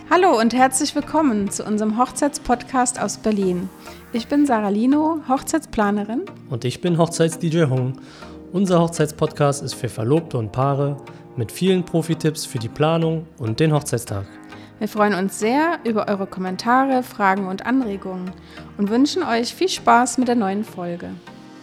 Hallo und herzlich willkommen zu unserem Hochzeitspodcast aus Berlin. Ich bin Sarah Lino, Hochzeitsplanerin. Und ich bin Hochzeits-DJ Hong. Unser Hochzeitspodcast ist für Verlobte und Paare mit vielen Profi-Tipps für die Planung und den Hochzeitstag. Wir freuen uns sehr über eure Kommentare, Fragen und Anregungen und wünschen euch viel Spaß mit der neuen Folge.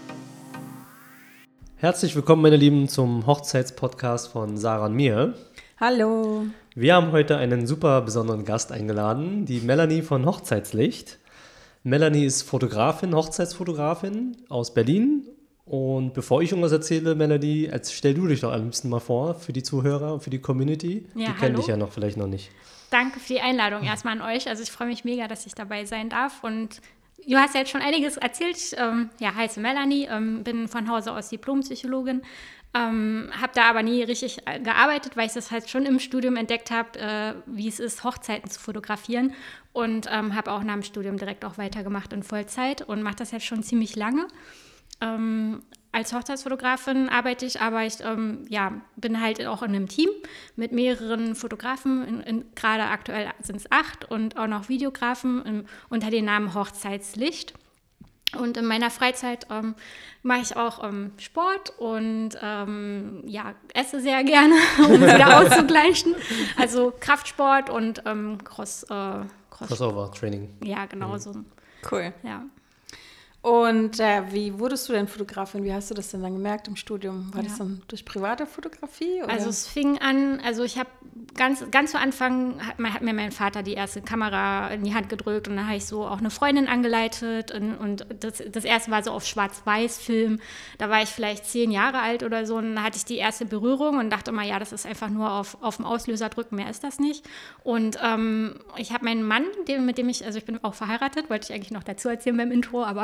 Herzlich willkommen, meine Lieben, zum Hochzeitspodcast von Sarah und mir. Hallo. Wir haben heute einen super besonderen Gast eingeladen, die Melanie von Hochzeitslicht. Melanie ist Fotografin, Hochzeitsfotografin aus Berlin. Und bevor ich irgendwas erzähle, Melanie, stell du dich doch am liebsten mal vor für die Zuhörer und für die Community. Ja, die kennen dich ja vielleicht noch nicht. Danke für die Einladung erstmal an euch. Also ich freue mich mega, dass ich dabei sein darf. Und du hast ja jetzt schon einiges erzählt. Ich heiße Melanie, bin von Hause aus Diplompsychologin. Habe da aber nie richtig gearbeitet, weil ich das halt schon im Studium entdeckt habe, wie es ist, Hochzeiten zu fotografieren. Und habe auch nach dem Studium direkt auch weitergemacht in Vollzeit und mache das jetzt schon ziemlich lange. Als Hochzeitsfotografin arbeite ich, aber ich bin halt auch in einem Team mit mehreren Fotografen. Gerade aktuell sind es 8 und auch noch Videografen unter dem Namen Hochzeitslicht. Und in meiner Freizeit mache ich auch Sport und esse sehr gerne, um es wieder auszugleichen. Also Kraftsport und Crossover-Training. Ja, genau so. Cool. Ja. Und wie wurdest du denn Fotografin? Wie hast du das denn dann gemerkt im Studium? War das dann durch private Fotografie? Oder? Also es fing an, ich habe ganz zu Anfang hat mir mein Vater die erste Kamera in die Hand gedrückt und dann habe ich so auch eine Freundin angeleitet und das erste war so auf Schwarz-Weiß-Film. Da war ich vielleicht 10 Jahre alt oder so und dann hatte ich die erste Berührung und dachte immer, ja, das ist einfach nur auf den Auslöser drücken, mehr ist das nicht. Und ich habe meinen Mann, mit dem ich bin auch verheiratet, wollte ich eigentlich noch dazu erzählen beim Intro, aber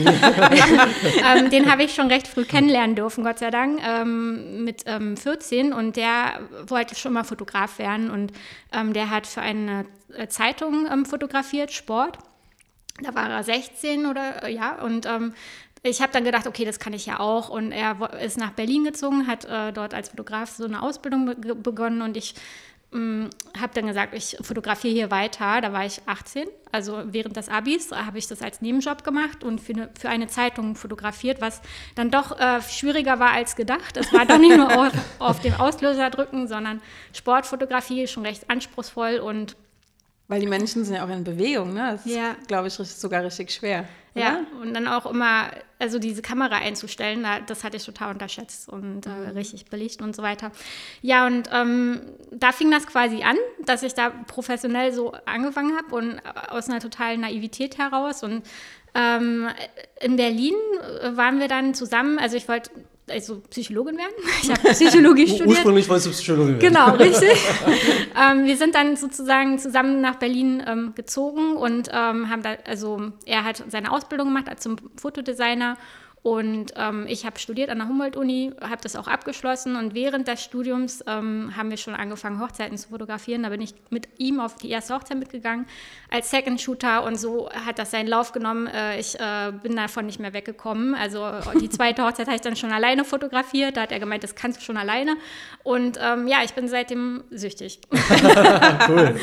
den habe ich schon recht früh kennenlernen dürfen, Gott sei Dank, mit 14 und der wollte schon mal Fotograf werden und der hat für eine Zeitung fotografiert, Sport. Da war er 16 und ich habe dann gedacht, okay, das kann ich ja auch und er ist nach Berlin gezogen, hat dort als Fotograf so eine Ausbildung begonnen und ich habe dann gesagt, ich fotografiere hier weiter. Da war ich 18, also während des Abis habe ich das als Nebenjob gemacht und für eine Zeitung fotografiert, was dann doch schwieriger war als gedacht. Es war doch nicht nur auf den Auslöser drücken, sondern Sportfotografie ist schon recht anspruchsvoll und weil die Menschen sind ja auch in Bewegung, ne? Das ist, glaube ich, sogar richtig schwer. Oder? Ja, und dann auch immer, diese Kamera einzustellen, das hatte ich total unterschätzt und richtig belicht und so weiter. Ja, und da fing das quasi an, dass ich da professionell so angefangen habe und aus einer totalen Naivität heraus. Und in Berlin waren wir dann zusammen, ich wollte Psychologin werden. Ich habe Psychologie studiert. Ursprünglich wolltest du Psychologin werden. Genau, richtig. Wir sind dann sozusagen zusammen nach Berlin gezogen und haben da, er hat seine Ausbildung gemacht zum Fotodesigner und ich habe studiert an der Humboldt-Uni, habe das auch abgeschlossen und während des Studiums haben wir schon angefangen, Hochzeiten zu fotografieren. Da bin ich mit ihm auf die erste Hochzeit mitgegangen als Second Shooter und so hat das seinen Lauf genommen. Ich bin davon nicht mehr weggekommen. Also die zweite Hochzeit habe ich dann schon alleine fotografiert. Da hat er gemeint, das kannst du schon alleine. Und ich bin seitdem süchtig. Cool.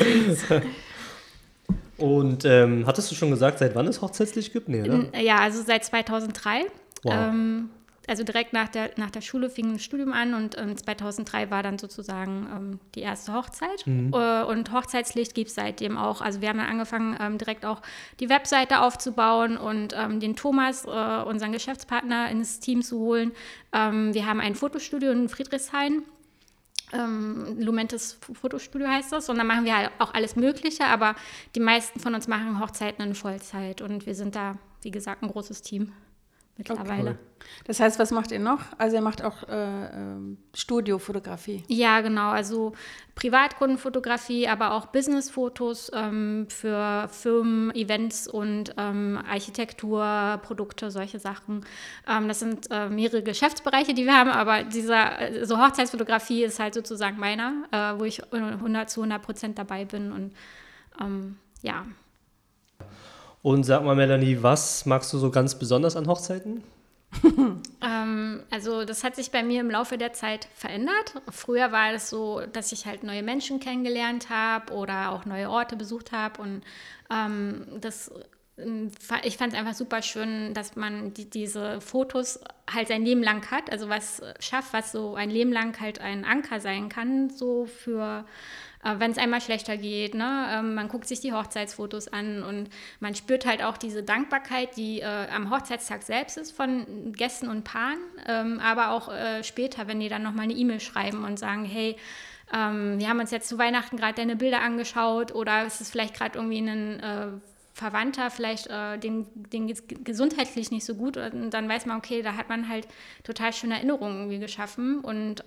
Und hattest du schon gesagt, seit wann es Hochzeitslicht gibt? Nee, oder? Ja, also seit 2003. Wow. Direkt nach der Schule fing das Studium an und 2003 war dann sozusagen die erste Hochzeit. Und Hochzeitslicht gibt es seitdem auch. Also wir haben dann angefangen, direkt auch die Webseite aufzubauen und den Thomas, unseren Geschäftspartner, ins Team zu holen. Wir haben ein Fotostudio in Friedrichshain. Lumentes Fotostudio heißt das und dann machen wir halt auch alles Mögliche, aber die meisten von uns machen Hochzeiten in Vollzeit und wir sind da, wie gesagt, ein großes Team mittlerweile. Okay. Das heißt, was macht ihr noch? Also ihr macht auch Studiofotografie. Ja, genau, also Privatkundenfotografie, aber auch Businessfotos für Firmen, Events und Architektur, Produkte, solche Sachen. Das sind mehrere Geschäftsbereiche, die wir haben, aber so Hochzeitsfotografie ist halt sozusagen meiner, wo ich 100% dabei bin und ja. Und sag mal, Melanie, was magst du so ganz besonders an Hochzeiten? Also das hat sich bei mir im Laufe der Zeit verändert. Früher war es so, dass ich halt neue Menschen kennengelernt habe oder auch neue Orte besucht habe und ich fand es einfach super schön, dass man diese Fotos halt sein Leben lang hat, also was schafft, was so ein Leben lang halt ein Anker sein kann, so für wenn es einmal schlechter geht, ne? Man guckt sich die Hochzeitsfotos an und man spürt halt auch diese Dankbarkeit, die am Hochzeitstag selbst ist von Gästen und Paaren, aber auch später, wenn die dann nochmal eine E-Mail schreiben und sagen, hey, wir haben uns jetzt zu Weihnachten gerade deine Bilder angeschaut oder es ist vielleicht gerade irgendwie ein Verwandter, vielleicht den gesundheitlich nicht so gut und dann weiß man, okay, da hat man halt total schöne Erinnerungen irgendwie geschaffen und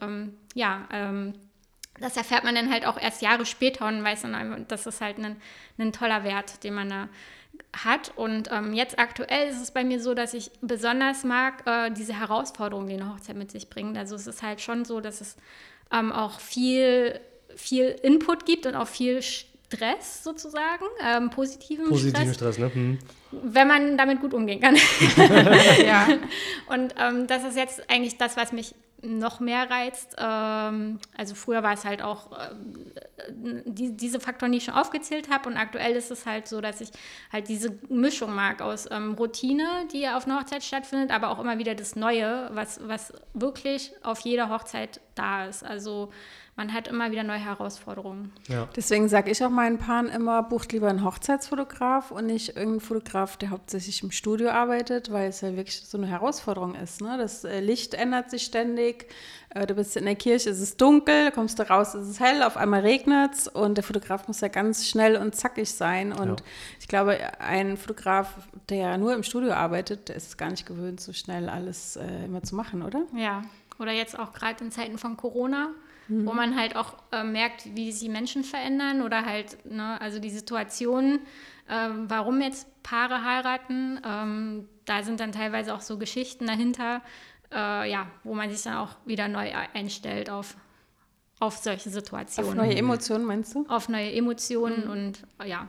das erfährt man dann halt auch erst Jahre später und weiß dann, das ist halt ein toller Wert, den man da hat. Und jetzt aktuell ist es bei mir so, dass ich besonders mag diese Herausforderungen, die eine Hochzeit mit sich bringt. Also es ist halt schon so, dass es auch viel Input gibt und auch viel Stress sozusagen, positiven Stress, ne? Wenn man damit gut umgehen kann. Ja. Und das ist jetzt eigentlich das, was mich noch mehr reizt. Also früher war es halt auch diese Faktoren, die ich schon aufgezählt habe und aktuell ist es halt so, dass ich halt diese Mischung mag aus Routine, die auf einer Hochzeit stattfindet, aber auch immer wieder das Neue, was wirklich auf jeder Hochzeit da ist. Also man hat immer wieder neue Herausforderungen. Ja. Deswegen sage ich auch meinen Paaren immer, bucht lieber einen Hochzeitsfotograf und nicht irgendeinen Fotograf, der hauptsächlich im Studio arbeitet, weil es ja wirklich so eine Herausforderung ist. Ne? Das Licht ändert sich ständig, du bist in der Kirche, es ist dunkel, kommst du raus, es ist hell, auf einmal regnet es und der Fotograf muss ja ganz schnell und zackig sein. Und ich glaube, ein Fotograf, der nur im Studio arbeitet, der ist es gar nicht gewöhnt, so schnell alles immer zu machen, oder? Ja, oder jetzt auch gerade in Zeiten von Corona, wo man halt auch merkt, wie sich die Menschen verändern oder halt, ne, also die Situation, warum jetzt Paare heiraten, da sind dann teilweise auch so Geschichten dahinter, wo man sich dann auch wieder neu einstellt auf solche Situationen. Auf neue Emotionen, meinst du? Auf neue Emotionen und ja.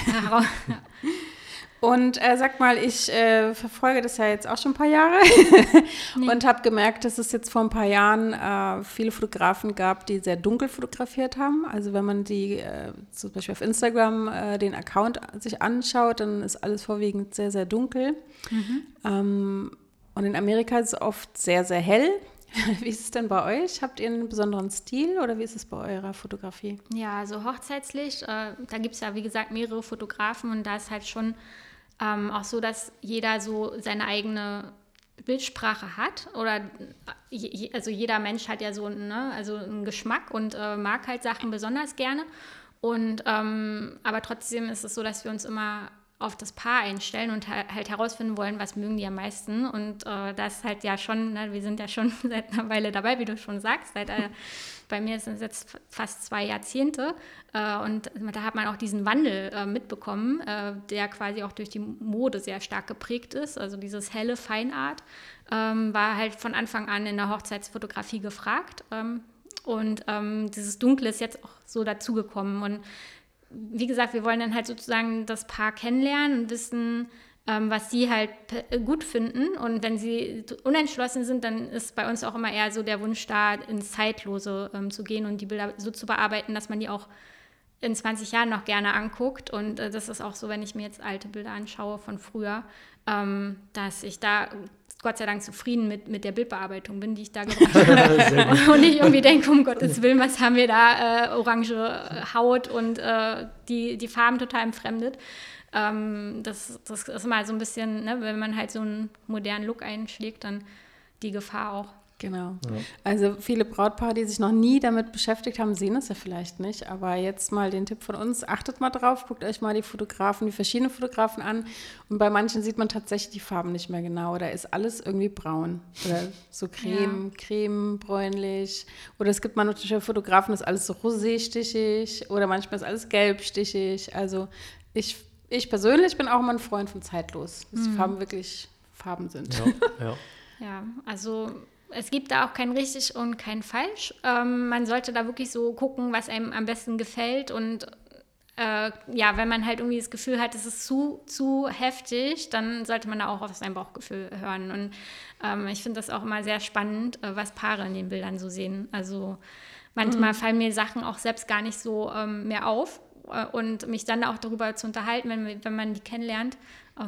Und sag mal, ich verfolge das ja jetzt auch schon ein paar Jahre und habe gemerkt, dass es jetzt vor ein paar Jahren viele Fotografen gab, die sehr dunkel fotografiert haben. Also wenn man die zum Beispiel auf Instagram den Account sich anschaut, dann ist alles vorwiegend sehr, sehr dunkel. Und in Amerika ist es oft sehr, sehr hell. Wie ist es denn bei euch? Habt ihr einen besonderen Stil oder wie ist es bei eurer Fotografie? Ja, also Hochzeitslicht, da gibt es ja, wie gesagt, mehrere Fotografen und da ist halt schon auch so, dass jeder so seine eigene Bildsprache hat oder also jeder Mensch hat ja so also einen Geschmack und mag halt Sachen besonders gerne und aber trotzdem ist es so, dass wir uns immer auf das Paar einstellen und halt herausfinden wollen, was mögen die am meisten. Und das halt ja schon, ne, wir sind ja schon seit einer Weile dabei, wie du schon sagst. Bei mir sind es jetzt fast 2 Jahrzehnte. Und da hat man auch diesen Wandel mitbekommen, der quasi auch durch die Mode sehr stark geprägt ist. Also dieses helle Feinart war halt von Anfang an in der Hochzeitsfotografie gefragt. Und dieses Dunkle ist jetzt auch so dazugekommen. Und wie gesagt, wir wollen dann halt sozusagen das Paar kennenlernen und wissen, was sie halt gut finden. Und wenn sie unentschlossen sind, dann ist bei uns auch immer eher so der Wunsch da, ins Zeitlose zu gehen und die Bilder so zu bearbeiten, dass man die auch in 20 Jahren noch gerne anguckt. Und das ist auch so, wenn ich mir jetzt alte Bilder anschaue von früher, dass ich da Gott sei Dank zufrieden mit der Bildbearbeitung bin, die ich da gemacht habe. Und ich irgendwie denke, um Gottes Willen, was haben wir da? Orange Haut und die Farben total entfremdet. Das ist immer so ein bisschen, ne, wenn man halt so einen modernen Look einschlägt, dann die Gefahr auch. Genau. Ja. Also viele Brautpaare, die sich noch nie damit beschäftigt haben, sehen es ja vielleicht nicht. Aber jetzt mal den Tipp von uns, achtet mal drauf, guckt euch mal die verschiedenen Fotografen an. Und bei manchen sieht man tatsächlich die Farben nicht mehr genau. Da ist alles irgendwie braun oder so creme, bräunlich. Oder es gibt manche Fotografen, das ist alles so roséstichig oder manchmal ist alles gelbstichig. Also ich persönlich bin auch immer ein Freund von zeitlos, dass die Farben wirklich Farben sind. Ja, also es gibt da auch kein richtig und kein falsch. Man sollte da wirklich so gucken, was einem am besten gefällt und wenn man halt irgendwie das Gefühl hat, es ist zu heftig, dann sollte man da auch auf sein Bauchgefühl hören. Und ich finde das auch immer sehr spannend, was Paare in den Bildern so sehen. Also manchmal fallen mir Sachen auch selbst gar nicht so mehr auf und mich dann auch darüber zu unterhalten, wenn man die kennenlernt.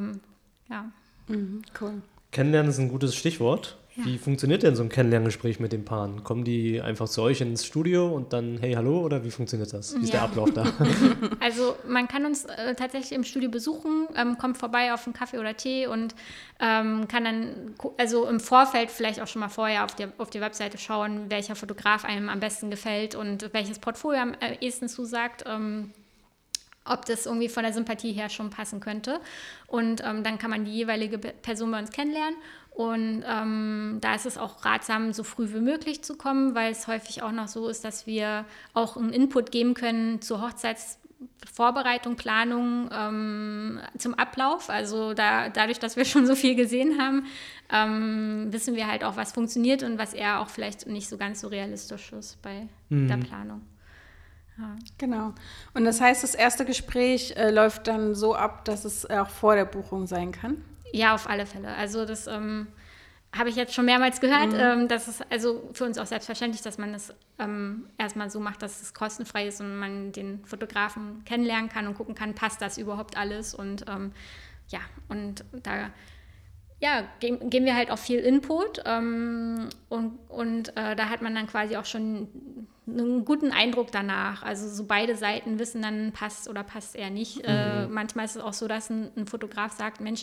Cool. Kennenlernen ist ein gutes Stichwort. Ja. Wie funktioniert denn so ein Kennenlerngespräch mit den Paaren? Kommen die einfach zu euch ins Studio und dann, hey, hallo, oder wie funktioniert das? Wie ist der Ablauf da? Also man kann uns tatsächlich im Studio besuchen, kommt vorbei auf einen Kaffee oder Tee und kann dann, also im Vorfeld vielleicht auch schon mal vorher auf die Webseite schauen, welcher Fotograf einem am besten gefällt und welches Portfolio am ehesten zusagt. Ob das irgendwie von der Sympathie her schon passen könnte. Und dann kann man die jeweilige Person bei uns kennenlernen. Und da ist es auch ratsam, so früh wie möglich zu kommen, weil es häufig auch noch so ist, dass wir auch einen Input geben können zur Hochzeitsvorbereitung, Planung, zum Ablauf. Also dadurch, dass wir schon so viel gesehen haben, wissen wir halt auch, was funktioniert und was eher auch vielleicht nicht so ganz so realistisch ist bei der Planung. Ja. Genau. Und das heißt, das erste Gespräch läuft dann so ab, dass es auch vor der Buchung sein kann? Ja, auf alle Fälle. Also das habe ich jetzt schon mehrmals gehört. Das ist also für uns auch selbstverständlich, dass man das erstmal so macht, dass es kostenfrei ist und man den Fotografen kennenlernen kann und gucken kann, passt das überhaupt alles? Und und da geben wir halt auch viel Input und da hat man dann quasi auch schon einen guten Eindruck danach. Also so beide Seiten wissen dann, passt oder passt eher nicht. Manchmal ist es auch so, dass ein Fotograf sagt, Mensch,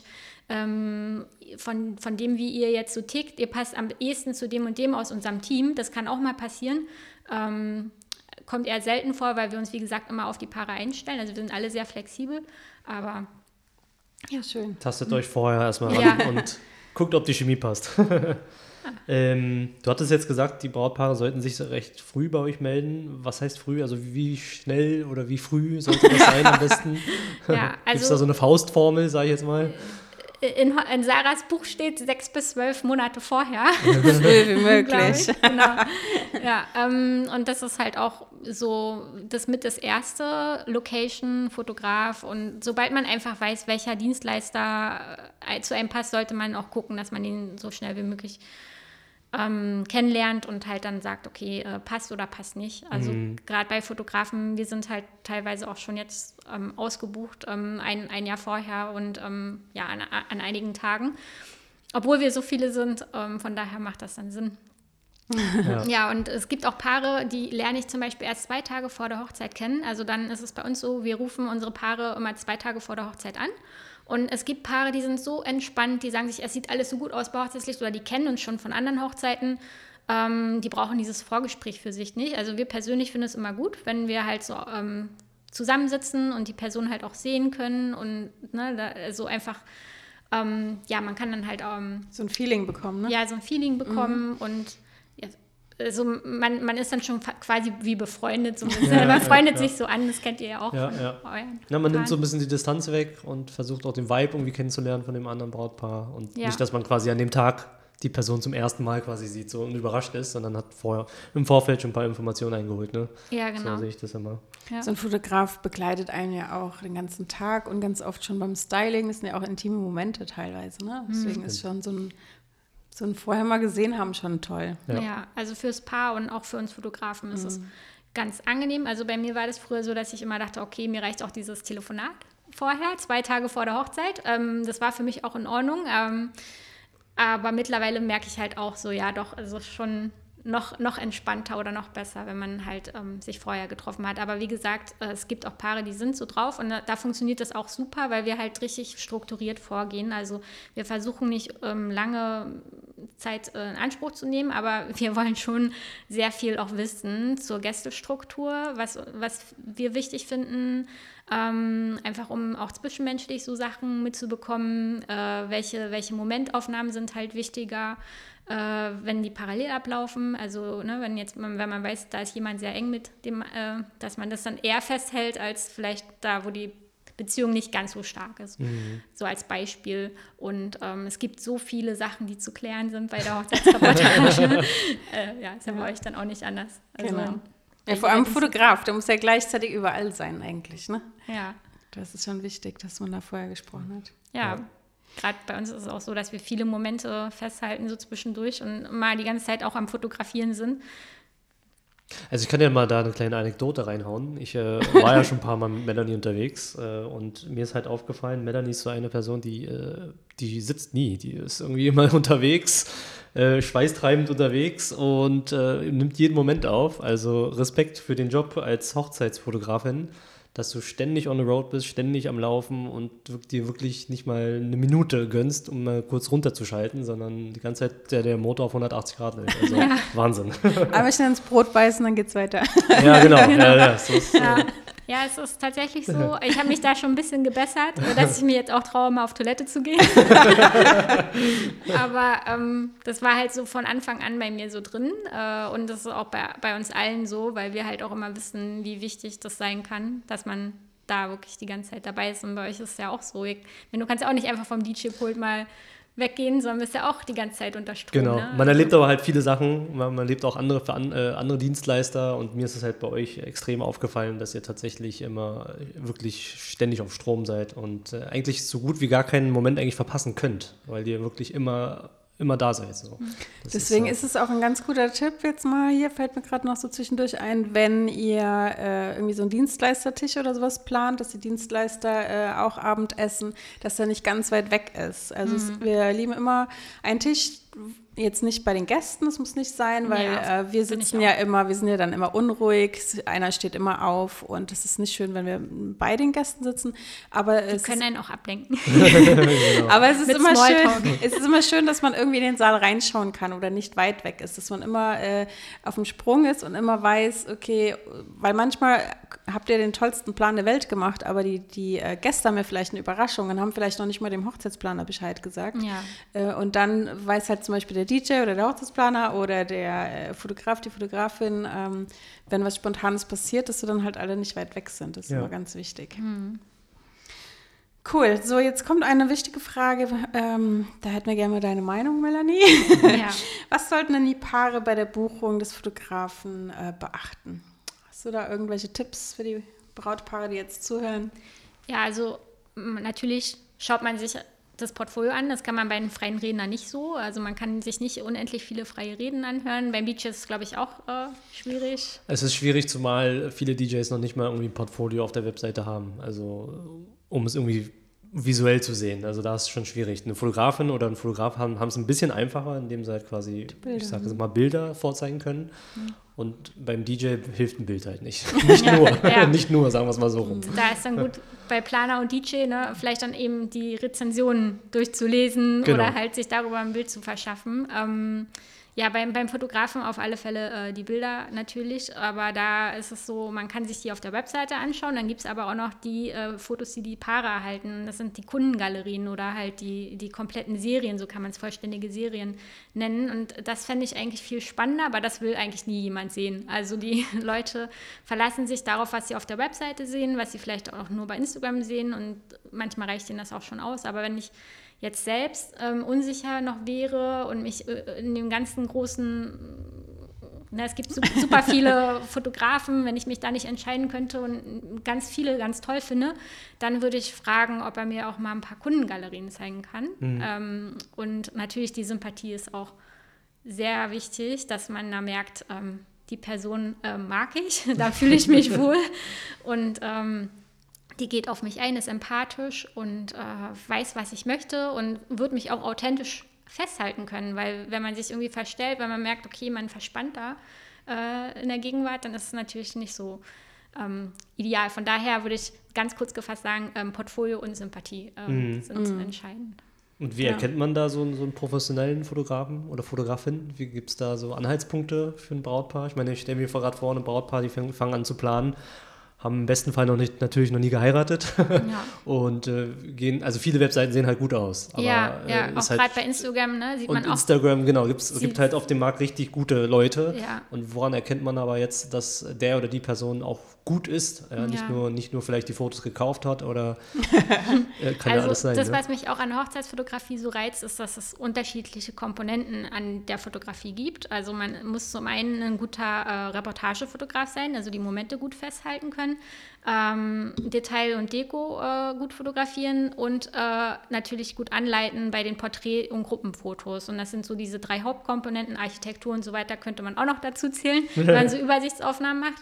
von dem, wie ihr jetzt so tickt, ihr passt am ehesten zu dem und dem aus unserem Team. Das kann auch mal passieren. Kommt eher selten vor, weil wir uns, wie gesagt, immer auf die Paare einstellen. Also wir sind alle sehr flexibel, aber ja, schön. Tastet euch vorher erstmal ran und guckt, ob die Chemie passt. Du hattest jetzt gesagt, die Brautpaare sollten sich recht früh bei euch melden. Was heißt früh? Also wie schnell oder wie früh sollte das sein am besten? Ja, also gibt es da so eine Faustformel, sage ich jetzt mal? In Sarahs Buch steht 6 bis 12 Monate vorher. So früh wie möglich. Genau. Ja, und das ist halt auch so das erste, Location, Fotograf. Und sobald man einfach weiß, welcher Dienstleister zu einem passt, sollte man auch gucken, dass man ihn so schnell wie möglich kennenlernt und halt dann sagt, okay, passt oder passt nicht. Also gerade bei Fotografen, wir sind halt teilweise auch schon jetzt ausgebucht, ein Jahr vorher und an einigen Tagen. Obwohl wir so viele sind, von daher macht das dann Sinn. Ja, und es gibt auch Paare, die lerne ich zum Beispiel erst 2 Tage vor der Hochzeit kennen. Also dann ist es bei uns so, wir rufen unsere Paare immer 2 Tage vor der Hochzeit an. Und es gibt Paare, die sind so entspannt, die sagen sich, es sieht alles so gut aus bei Hochzeitslicht oder die kennen uns schon von anderen Hochzeiten. Die brauchen dieses Vorgespräch für sich nicht. Also wir persönlich finden es immer gut, wenn wir halt so zusammensitzen und die Person halt auch sehen können und so einfach, man kann dann halt so ein Feeling bekommen, ne? Ja, so ein Feeling bekommen und also man ist dann schon quasi wie befreundet, so ein bisschen. Man freundet sich so an, das kennt ihr ja auch. Man nimmt so ein bisschen die Distanz weg und versucht auch den Vibe irgendwie kennenzulernen von dem anderen Brautpaar. Und nicht, dass man quasi an dem Tag die Person zum ersten Mal quasi sieht so und überrascht ist, sondern hat im Vorfeld schon ein paar Informationen eingeholt. Ne? Ja, genau. So sehe ich das immer. Ja. So ein Fotograf begleitet einen ja auch den ganzen Tag und ganz oft schon beim Styling. Das sind ja auch intime Momente teilweise. Ne? Deswegen ist schon so ein vorher mal gesehen haben schon toll. Ja, also fürs Paar und auch für uns Fotografen ist es ganz angenehm. Also bei mir war das früher so, dass ich immer dachte, okay, mir reicht auch dieses Telefonat vorher, 2 Tage vor der Hochzeit. Das war für mich auch in Ordnung. Aber mittlerweile merke ich halt auch so, ja doch, also schon noch entspannter oder noch besser, wenn man halt sich vorher getroffen hat. Aber wie gesagt, es gibt auch Paare, die sind so drauf und da funktioniert das auch super, weil wir halt richtig strukturiert vorgehen. Also wir versuchen nicht lange Zeit in Anspruch zu nehmen, aber wir wollen schon sehr viel auch wissen zur Gästestruktur, was wir wichtig finden, einfach um auch zwischenmenschlich so Sachen mitzubekommen, welche Momentaufnahmen sind halt wichtiger, wenn die parallel ablaufen, also wenn man weiß, da ist jemand sehr eng mit dem, dass man das dann eher festhält, als vielleicht da, wo die Beziehung nicht ganz so stark ist. So als Beispiel. Und es gibt so viele Sachen, die zu klären sind bei der Hochzeitsreportage. Ist ja bei euch dann auch nicht anders. Also, genau. Ja, vor allem Fotograf, der muss ja gleichzeitig überall sein eigentlich, ne? Ja. Das ist schon wichtig, dass man da vorher gesprochen hat. Ja. Gerade bei uns ist es auch so, dass wir viele Momente festhalten, so zwischendurch und mal die ganze Zeit auch am Fotografieren sind. Also ich kann ja mal da eine kleine Anekdote reinhauen. Ich war ja schon ein paar Mal mit Melanie unterwegs und mir ist halt aufgefallen, Melanie ist so eine Person, die sitzt nie. Die ist irgendwie immer unterwegs, schweißtreibend unterwegs und nimmt jeden Moment auf. Also Respekt für den Job als Hochzeitsfotografin, dass du ständig on the road bist, ständig am Laufen und dir wirklich nicht mal eine Minute gönnst, um mal kurz runterzuschalten, sondern die ganze Zeit der Motor auf 180 Grad läuft. Also Wahnsinn. Aber schnell ins Brot beißen, dann geht's weiter. Ja, genau. Ja, so ist, Ja, es ist tatsächlich so. Ich habe mich da schon ein bisschen gebessert, dass ich mir jetzt auch traue, mal auf Toilette zu gehen. Aber das war halt so von Anfang an bei mir so drin. Und das ist auch bei uns allen so, weil wir halt auch immer wissen, wie wichtig das sein kann, dass man da wirklich die ganze Zeit dabei ist. Und bei euch ist es ja auch so. Du kannst ja auch nicht einfach vom DJ-Pult mal weggehen, sondern bist ja auch die ganze Zeit unter Strom. Genau, ne? man erlebt aber halt viele Sachen, man erlebt auch andere Dienstleister und mir ist es halt bei euch extrem aufgefallen, dass ihr tatsächlich immer wirklich ständig auf Strom seid und eigentlich so gut wie gar keinen Moment eigentlich verpassen könnt, weil ihr wirklich immer da seid. So. Deswegen ist es auch ein ganz guter Tipp jetzt mal hier, fällt mir gerade noch so zwischendurch ein, wenn ihr irgendwie so einen Dienstleistertisch oder sowas plant, dass die Dienstleister auch Abendessen, dass der nicht ganz weit weg ist. Also wir lieben immer einen Tisch, jetzt nicht bei den Gästen, das muss nicht sein, weil wir sind ja dann immer unruhig, einer steht immer auf und es ist nicht schön, wenn wir bei den Gästen sitzen, aber Die können einen auch ablenken. Genau. Aber es ist immer schön, dass man irgendwie in den Saal reinschauen kann oder nicht weit weg ist, dass man immer auf dem Sprung ist und immer weiß, okay, weil manchmal habt ihr den tollsten Plan der Welt gemacht, aber die Gäste haben ja vielleicht eine Überraschung und haben vielleicht noch nicht mal dem Hochzeitsplaner Bescheid gesagt. Ja. Und dann weiß halt zum Beispiel der DJ oder der Hochzeitsplaner oder der Fotograf, die Fotografin, wenn was Spontanes passiert, dass wir dann halt alle nicht weit weg sind. Das ist immer ganz wichtig. Cool. So, jetzt kommt eine wichtige Frage. Da hätten wir gerne mal deine Meinung, Melanie. Ja. Was sollten denn die Paare bei der Buchung des Fotografen beachten? Hast du da irgendwelche Tipps für die Brautpaare, die jetzt zuhören? Ja, also natürlich schaut man sich das Portfolio an. Das kann man bei den freien Rednern nicht so. Also man kann sich nicht unendlich viele freie Reden anhören. Beim DJ ist es, glaube ich, auch schwierig. Es ist schwierig, zumal viele DJs noch nicht mal irgendwie ein Portfolio auf der Webseite haben. Also um es irgendwie visuell zu sehen. Also da ist es schon schwierig. Eine Fotografin oder ein Fotograf haben es ein bisschen einfacher, indem sie halt quasi, ich sage jetzt mal, Bilder vorzeigen können. Und beim DJ hilft ein Bild halt nicht. Nicht nur, sagen wir es mal so rum. Da ist dann gut bei Planer und DJ, ne, vielleicht dann eben die Rezensionen durchzulesen oder halt sich darüber ein Bild zu verschaffen. Ja, beim Fotografen auf alle Fälle die Bilder natürlich, aber da ist es so, man kann sich die auf der Webseite anschauen, dann gibt es aber auch noch die Fotos, die Paare erhalten, das sind die Kundengalerien oder halt die kompletten Serien, so kann man es vollständige Serien nennen und das fände ich eigentlich viel spannender, aber das will eigentlich nie jemand sehen. Also die Leute verlassen sich darauf, was sie auf der Webseite sehen, was sie vielleicht auch nur bei Instagram sehen und manchmal reicht ihnen das auch schon aus, aber wenn ich jetzt selbst unsicher noch wäre und mich in dem ganzen großen, es gibt super viele Fotografen, wenn ich mich da nicht entscheiden könnte und ganz viele ganz toll finde, dann würde ich fragen, ob er mir auch mal ein paar Kundengalerien zeigen kann. Und natürlich die Sympathie ist auch sehr wichtig, dass man da merkt, die Person mag ich, da fühle ich mich wohl und die geht auf mich ein, ist empathisch und weiß, was ich möchte und wird mich auch authentisch festhalten können, weil wenn man sich irgendwie verstellt, wenn man merkt, okay, man verspannt da in der Gegenwart, dann ist es natürlich nicht so ideal. Von daher würde ich ganz kurz gefasst sagen, Portfolio und Sympathie sind entscheidend. Und wie erkennt man da so einen professionellen Fotografen oder Fotografin? Wie gibt es da so Anhaltspunkte für ein Brautpaar? Ich meine, ich stelle mir gerade vor, ein Brautpaar, die fangen an zu planen, haben im besten Fall natürlich noch nie geheiratet und also viele Webseiten sehen halt gut aus. Aber, auch halt, gerade bei Instagram, ne, sieht man auch. Und Instagram, genau, gibt halt auf dem Markt richtig gute Leute. Ja. Und woran erkennt man aber jetzt, dass der oder die Person auch gut ist? Nicht nur vielleicht die Fotos gekauft hat oder kann ja alles sein. Das, ne? was mich auch an Hochzeitsfotografie so reizt, ist, dass es unterschiedliche Komponenten an der Fotografie gibt. Also man muss zum einen ein guter Reportagefotograf sein, also die Momente gut festhalten können, Detail und Deko gut fotografieren und natürlich gut anleiten bei den Porträt- und Gruppenfotos. Und das sind so diese 3 Hauptkomponenten, Architektur und so weiter könnte man auch noch dazu zählen, wenn man so Übersichtsaufnahmen macht.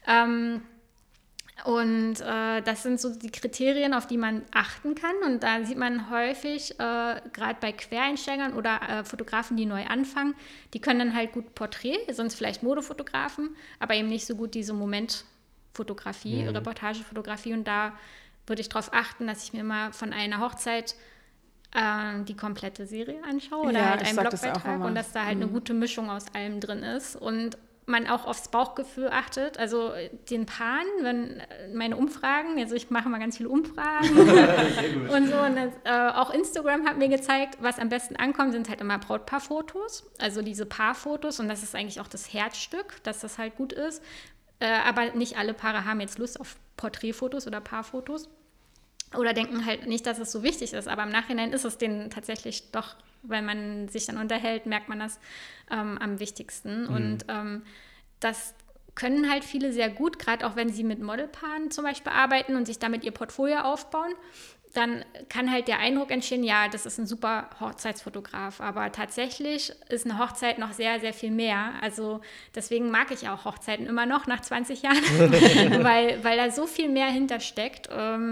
Das sind so die Kriterien, auf die man achten kann. Und da sieht man häufig, gerade bei Quereinsteigern oder Fotografen, die neu anfangen, die können dann halt gut Porträt, sonst vielleicht Modefotografen, aber eben nicht so gut diese Momentfotografie, Reportagefotografie. Und da würde ich darauf achten, dass ich mir mal von einer Hochzeit die komplette Serie anschaue oder halt einen Blogbeitrag und dass da halt eine gute Mischung aus allem drin ist. Und man auch aufs Bauchgefühl achtet, also den Paaren, wenn meine Umfragen, also ich mache mal ganz viele Umfragen und so, und auch Instagram hat mir gezeigt, was am besten ankommt, sind halt immer Brautpaarfotos, also diese Paarfotos und das ist eigentlich auch das Herzstück, dass das halt gut ist, aber nicht alle Paare haben jetzt Lust auf Porträtfotos oder Paarfotos oder denken halt nicht, dass es so wichtig ist, aber im Nachhinein ist es denen tatsächlich doch, wenn man sich dann unterhält, merkt man das am wichtigsten. Und das können halt viele sehr gut, gerade auch wenn sie mit Modelpaaren zum Beispiel arbeiten und sich damit ihr Portfolio aufbauen. Dann kann halt der Eindruck entstehen, ja, das ist ein super Hochzeitsfotograf. Aber tatsächlich ist eine Hochzeit noch sehr, sehr viel mehr. Also deswegen mag ich auch Hochzeiten immer noch nach 20 Jahren, weil da so viel mehr hintersteckt.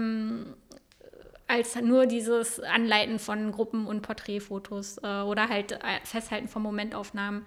Als nur dieses Anleiten von Gruppen- und Porträtfotos oder halt Festhalten von Momentaufnahmen.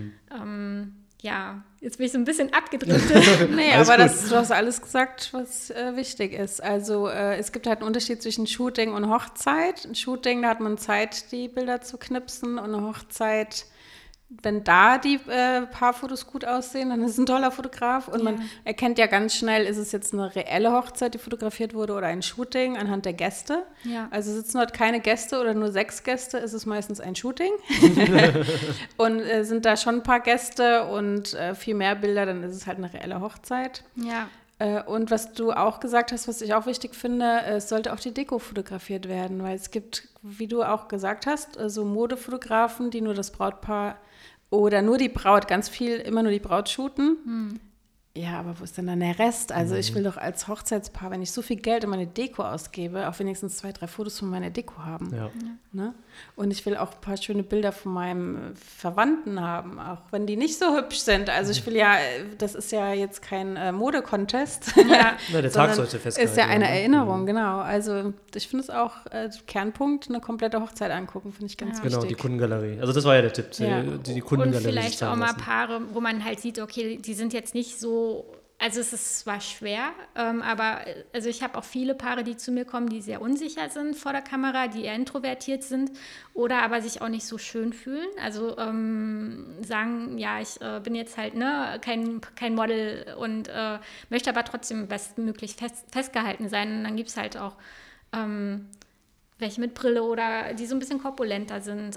Jetzt bin ich so ein bisschen abgedriftet. Nee, aber du hast alles gesagt, was wichtig ist. Also es gibt halt einen Unterschied zwischen Shooting und Hochzeit. Ein Shooting, da hat man Zeit, die Bilder zu knipsen und eine Hochzeit, wenn da die Paarfotos gut aussehen, dann ist es ein toller Fotograf und man erkennt ja ganz schnell, ist es jetzt eine reelle Hochzeit, die fotografiert wurde oder ein Shooting anhand der Gäste. Ja. Also sitzen dort keine Gäste oder nur 6 Gäste, ist es meistens ein Shooting. Und sind da schon ein paar Gäste und viel mehr Bilder, dann ist es halt eine reelle Hochzeit. Ja. Und was du auch gesagt hast, was ich auch wichtig finde, es sollte auch die Deko fotografiert werden, weil es gibt, wie du auch gesagt hast, so Modefotografen, die nur das Brautpaar oder nur die Braut, ganz viel immer nur die Braut shooten. Ja, aber wo ist denn dann der Rest? Also ich will doch als Hochzeitspaar, wenn ich so viel Geld in meine Deko ausgebe, auch wenigstens 2, 3 Fotos von meiner Deko haben. Ja. Ne? Und ich will auch ein paar schöne Bilder von meinem Verwandten haben, auch wenn die nicht so hübsch sind. Also ich will ja, das ist ja jetzt kein Modecontest. Ja, der Tag sollte festgehalten ist ja eine Erinnerung, genau. Also ich finde es auch Kernpunkt, eine komplette Hochzeit angucken, finde ich ganz wichtig. Genau, die Kundengalerie. Also das war ja der Tipp, die Kundengalerie. Und vielleicht auch mal Paare, wo man halt sieht, okay, die sind jetzt nicht so, also es ist zwar schwer, aber also ich habe auch viele Paare, die zu mir kommen, die sehr unsicher sind vor der Kamera, die eher introvertiert sind oder aber sich auch nicht so schön fühlen. Also sagen, ja, ich bin jetzt halt kein Model und möchte aber trotzdem bestmöglich festgehalten sein. Und dann gibt es halt auch welche mit Brille oder die so ein bisschen korpulenter sind.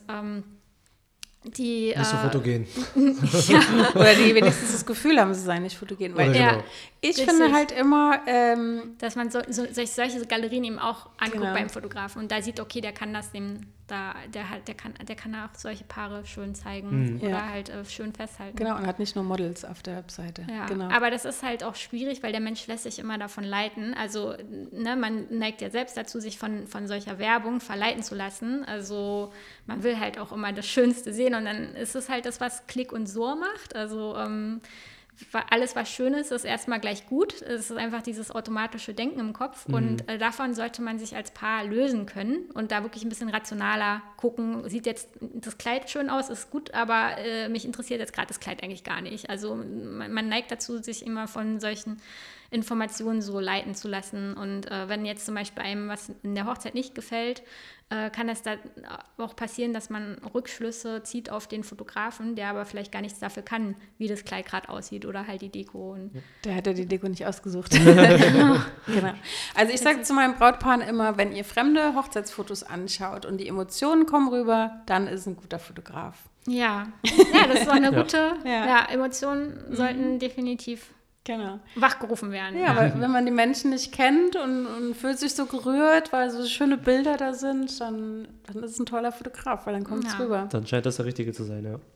Die, nicht so fotogen. Oder die wenigstens das Gefühl haben, sie seien nicht fotogen. Weil genau. Ich finde halt immer, dass man solche Galerien eben auch anguckt beim Fotografen und da sieht, okay, der kann das der kann auch solche Paare schön zeigen oder halt schön festhalten. Genau, und hat nicht nur Models auf der Webseite. Ja, genau. Aber das ist halt auch schwierig, weil der Mensch lässt sich immer davon leiten. Also man neigt ja selbst dazu, sich von solcher Werbung verleiten zu lassen. Also man will halt auch immer das Schönste sehen und dann ist es halt das, was Klick und Soar macht. Also alles, was schön ist erstmal gleich gut. Es ist einfach dieses automatische Denken im Kopf und davon sollte man sich als Paar lösen können und da wirklich ein bisschen rationaler gucken. Sieht jetzt das Kleid schön aus, ist gut, aber mich interessiert jetzt gerade das Kleid eigentlich gar nicht. Also man neigt dazu, sich immer von solchen Informationen so leiten zu lassen. Und wenn jetzt zum Beispiel einem was in der Hochzeit nicht gefällt, kann es da auch passieren, dass man Rückschlüsse zieht auf den Fotografen, der aber vielleicht gar nichts dafür kann, wie das Kleid gerade aussieht oder halt die Deko. Und der hat ja die Deko nicht ausgesucht. Genau. Also ich sage zu meinen Brautpaaren immer, wenn ihr fremde Hochzeitsfotos anschaut und die Emotionen kommen rüber, dann ist ein guter Fotograf. Ja, das ist auch eine gute, Emotionen sollten definitiv wachgerufen werden. Ja, weil wenn man die Menschen nicht kennt und fühlt sich so gerührt, weil so schöne Bilder da sind, dann ist es ein toller Fotograf, weil dann kommt es rüber. Dann scheint das der Richtige zu sein, ja.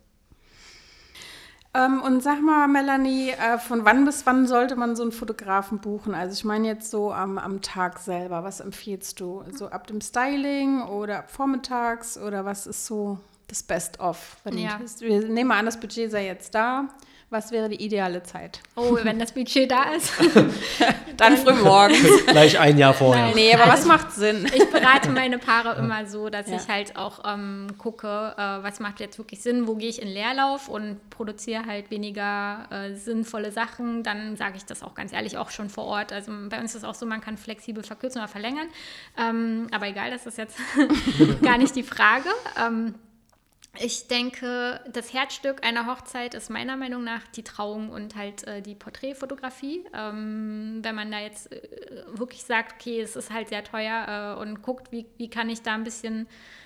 Und sag mal, Melanie, von wann bis wann sollte man so einen Fotografen buchen? Also ich meine jetzt so am Tag selber, was empfiehlst du? So ab dem Styling oder ab vormittags oder was ist so das Best-of? Wir nehmen mal an, das Budget sei jetzt da. Was wäre die ideale Zeit? Oh, wenn das Budget da ist. Dann früh morgens. Gleich ein Jahr vorher. Nein, nee, aber was macht Sinn? Ich berate meine Paare immer so, dass ich halt auch gucke, was macht jetzt wirklich Sinn, wo gehe ich in Leerlauf und produziere halt weniger sinnvolle Sachen. Dann sage ich das auch ganz ehrlich auch schon vor Ort. Also bei uns ist es auch so, man kann flexibel verkürzen oder verlängern. Aber egal, das ist jetzt gar nicht die Frage. Ich denke, das Herzstück einer Hochzeit ist meiner Meinung nach die Trauung und halt die Porträtfotografie. Wenn man da jetzt wirklich sagt, okay, es ist halt sehr teuer und guckt, wie kann ich da ein bisschen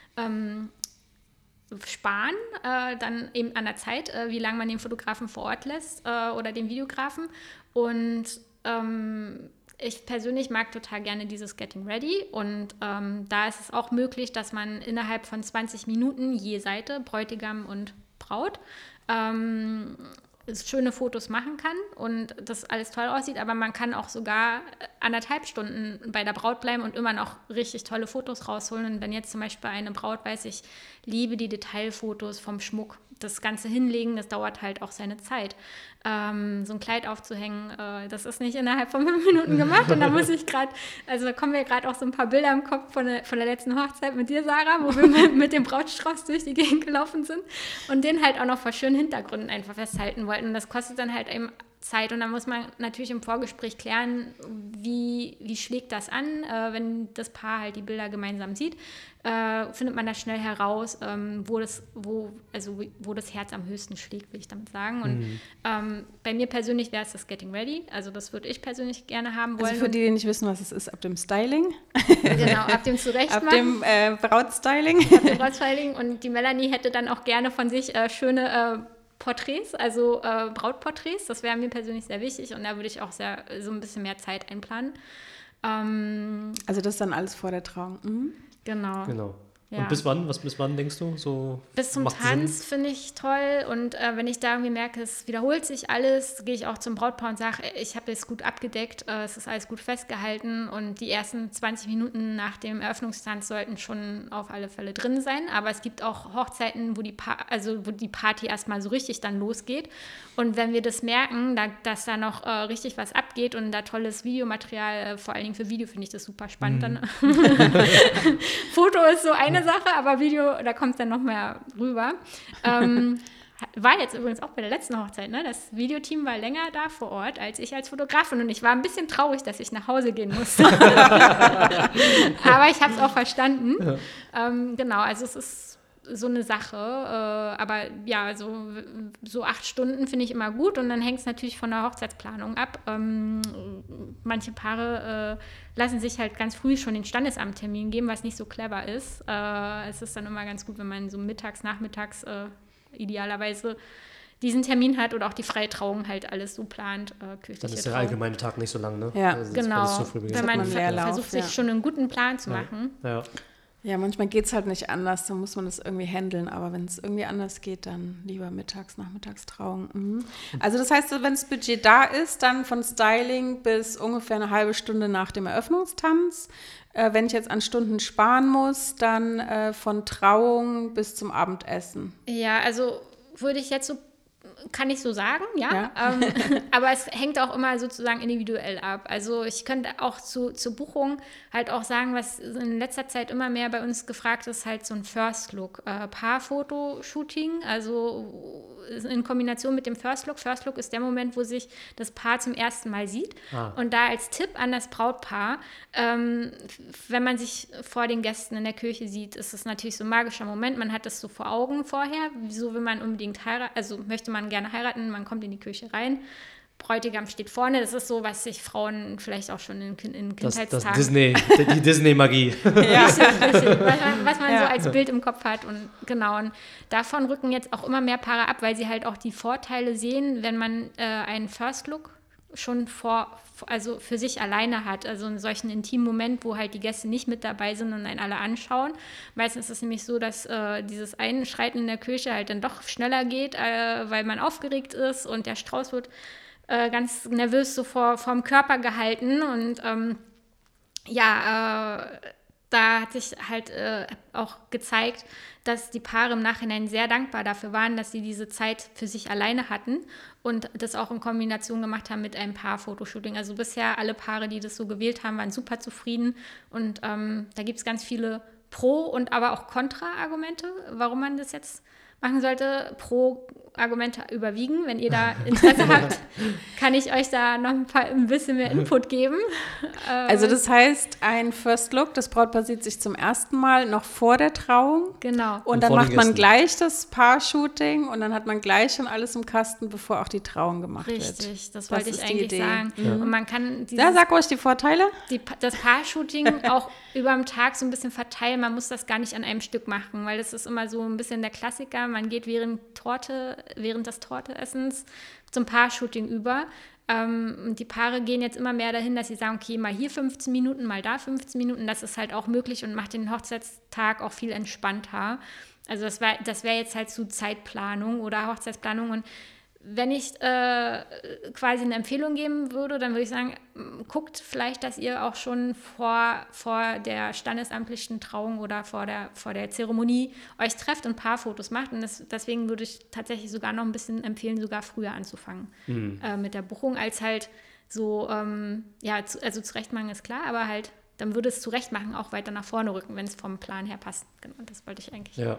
sparen, dann eben an der Zeit, wie lange man den Fotografen vor Ort lässt oder den Videografen. Und ich persönlich mag total gerne dieses Getting Ready und da ist es auch möglich, dass man innerhalb von 20 Minuten je Seite, Bräutigam und Braut, schöne Fotos machen kann und das alles toll aussieht, aber man kann auch sogar 1,5 Stunden bei der Braut bleiben und immer noch richtig tolle Fotos rausholen. Und wenn jetzt zum Beispiel eine Braut weiß, ich liebe die Detailfotos vom Schmuck, das Ganze hinlegen, das dauert halt auch seine Zeit. So ein Kleid aufzuhängen, das ist nicht innerhalb von 5 Minuten gemacht. Und da muss ich gerade, also da kommen mir gerade auch so ein paar Bilder im Kopf von der letzten Hochzeit mit dir, Sarah, wo wir mit dem Brautstrauß durch die Gegend gelaufen sind und den halt auch noch vor schönen Hintergründen einfach festhalten wollten. Und das kostet dann halt eben Zeit. Und dann muss man natürlich im Vorgespräch klären, wie schlägt das an, wenn das Paar halt die Bilder gemeinsam sieht. Findet man da schnell heraus, wo das Herz am höchsten schlägt, will ich damit sagen. Und bei mir persönlich wäre es das Getting Ready. Also das würde ich persönlich gerne haben wollen. Also für die, die nicht wissen, was es ist, ab dem Styling. Genau, ab dem Zurechtmachen. Ab dem Brautstyling. Ab dem Brautstyling. Und die Melanie hätte dann auch gerne von sich schöne Porträts, also Brautporträts. Das wäre mir persönlich sehr wichtig und da würde ich auch so ein bisschen mehr Zeit einplanen. Also das ist dann alles vor der Trauung. Mhm. Genau. Ja. Und bis wann denkst du? So bis zum Tanz finde ich toll und wenn ich da irgendwie merke, es wiederholt sich alles, gehe ich auch zum Brautpaar und sage, ich habe es gut abgedeckt, es ist alles gut festgehalten und die ersten 20 Minuten nach dem Eröffnungstanz sollten schon auf alle Fälle drin sein, aber es gibt auch Hochzeiten, wo die Party erstmal so richtig dann losgeht und wenn wir das merken, dass da noch richtig was abgeht und da tolles Videomaterial, vor allen Dingen für Video finde ich das super spannend dann. Foto ist so eine Sache, aber Video, da kommt dann noch mehr rüber. War jetzt übrigens auch bei der letzten Hochzeit, ne? Das Videoteam war länger da vor Ort als ich als Fotografin und ich war ein bisschen traurig, dass ich nach Hause gehen musste. Aber ich habe es auch verstanden. Ja. Genau, also es ist so eine Sache, aber ja, so 8 Stunden finde ich immer gut und dann hängt es natürlich von der Hochzeitsplanung ab. Manche Paare lassen sich halt ganz früh schon den Standesamttermin geben, was nicht so clever ist. Es ist dann immer ganz gut, wenn man so nachmittags idealerweise diesen Termin hat oder auch die freie Trauung halt alles so plant. Dann ist der allgemeine Tag nicht so lang, ne? Ja, also genau. Wenn man versucht, sich schon einen guten Plan zu machen. Ja. Ja, manchmal geht es halt nicht anders, dann muss man das irgendwie handeln, aber wenn es irgendwie anders geht, dann lieber nachmittags Trauung. Mhm. Also das heißt, wenn das Budget da ist, dann von Styling bis ungefähr eine halbe Stunde nach dem Eröffnungstanz. Wenn ich jetzt an Stunden sparen muss, dann von Trauung bis zum Abendessen. Ja, also würde ich jetzt so kann ich so sagen, ja. Aber es hängt auch immer sozusagen individuell ab. Also ich könnte auch zur Buchung halt auch sagen, was in letzter Zeit immer mehr bei uns gefragt ist, halt so ein First Look. Paarfotoshooting, also in Kombination mit dem First Look. First Look ist der Moment, wo sich das Paar zum ersten Mal sieht. Und da als Tipp an das Brautpaar, wenn man sich vor den Gästen in der Kirche sieht, ist es natürlich so ein magischer Moment. Man hat das so vor Augen vorher. So will man unbedingt heiraten, also möchte man gerne heiraten, man kommt in die Kirche rein. Bräutigam steht vorne, das ist so, was sich Frauen vielleicht auch schon in Kindheitstagen... Die Disney-Magie. Ja. Was man so als Bild im Kopf hat und genau. Und davon rücken jetzt auch immer mehr Paare ab, weil sie halt auch die Vorteile sehen, wenn man einen First Look schon also für sich alleine hat, also einen solchen intimen Moment, wo halt die Gäste nicht mit dabei sind und einen alle anschauen. Meistens ist es nämlich so, dass dieses Einschreiten in der Kirche halt dann doch schneller geht, weil man aufgeregt ist und der Strauß wird ganz nervös so vorm Körper gehalten und da hat sich halt auch gezeigt, dass die Paare im Nachhinein sehr dankbar dafür waren, dass sie diese Zeit für sich alleine hatten und das auch in Kombination gemacht haben mit einem Paar-Fotoshooting. Also bisher alle Paare, die das so gewählt haben, waren super zufrieden und da gibt es ganz viele Pro- und aber auch Kontra-Argumente, warum man das jetzt machen sollte. Pro-Argumente überwiegen. Wenn ihr da Interesse habt, kann ich euch da noch ein bisschen mehr Input geben. Also das heißt, ein First Look, das Brautpaar sieht sich zum ersten Mal noch vor der Trauung. Genau. Und dann macht man gleich das Paar-Shooting und dann hat man gleich schon alles im Kasten, bevor auch die Trauung gemacht wird. Richtig, das wollte ich eigentlich sagen. Ja. Und man kann sag ruhig die Vorteile. Das Paar-Shooting auch über den Tag so ein bisschen verteilen. Man muss das gar nicht an einem Stück machen, weil das ist immer so ein bisschen der Klassiker. Man geht während des Torteessens zum Paar-Shooting über. Die Paare gehen jetzt immer mehr dahin, dass sie sagen, okay, mal hier 15 Minuten, mal da 15 Minuten. Das ist halt auch möglich und macht den Hochzeitstag auch viel entspannter. Also das wär jetzt halt so Zeitplanung oder Hochzeitsplanung. Und wenn ich quasi eine Empfehlung geben würde, dann würde ich sagen, guckt vielleicht, dass ihr auch schon vor der standesamtlichen Trauung oder vor der Zeremonie euch trefft und Paarfotos macht. Und deswegen würde ich tatsächlich sogar noch ein bisschen empfehlen, sogar früher anzufangen mit der Buchung, als halt so, also zurechtmachen ist klar, aber halt, dann würde es zurechtmachen auch weiter nach vorne rücken, wenn es vom Plan her passt. Genau, das wollte ich eigentlich. Ja.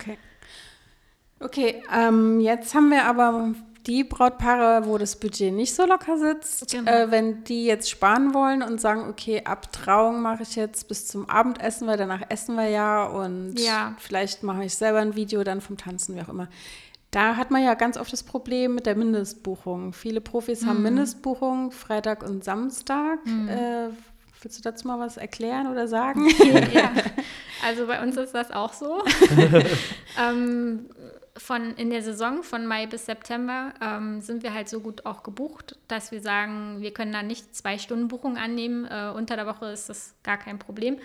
Okay, jetzt haben wir aber die Brautpaare, wo das Budget nicht so locker sitzt, Genau. wenn die jetzt sparen wollen und sagen, okay, ab Trauung mache ich jetzt bis zum Abendessen, weil danach essen wir ja und vielleicht mache ich selber ein Video dann vom Tanzen, wie auch immer. Da hat man ja ganz oft das Problem mit der Mindestbuchung. Viele Profis haben Mindestbuchung Freitag und Samstag. Willst du dazu mal was erklären oder sagen? Ja, also bei uns ist das auch so. In der Saison von Mai bis September sind wir halt so gut auch gebucht, dass wir sagen, wir können da nicht 2-Stunden-Buchung annehmen. Unter der Woche ist das gar kein Problem.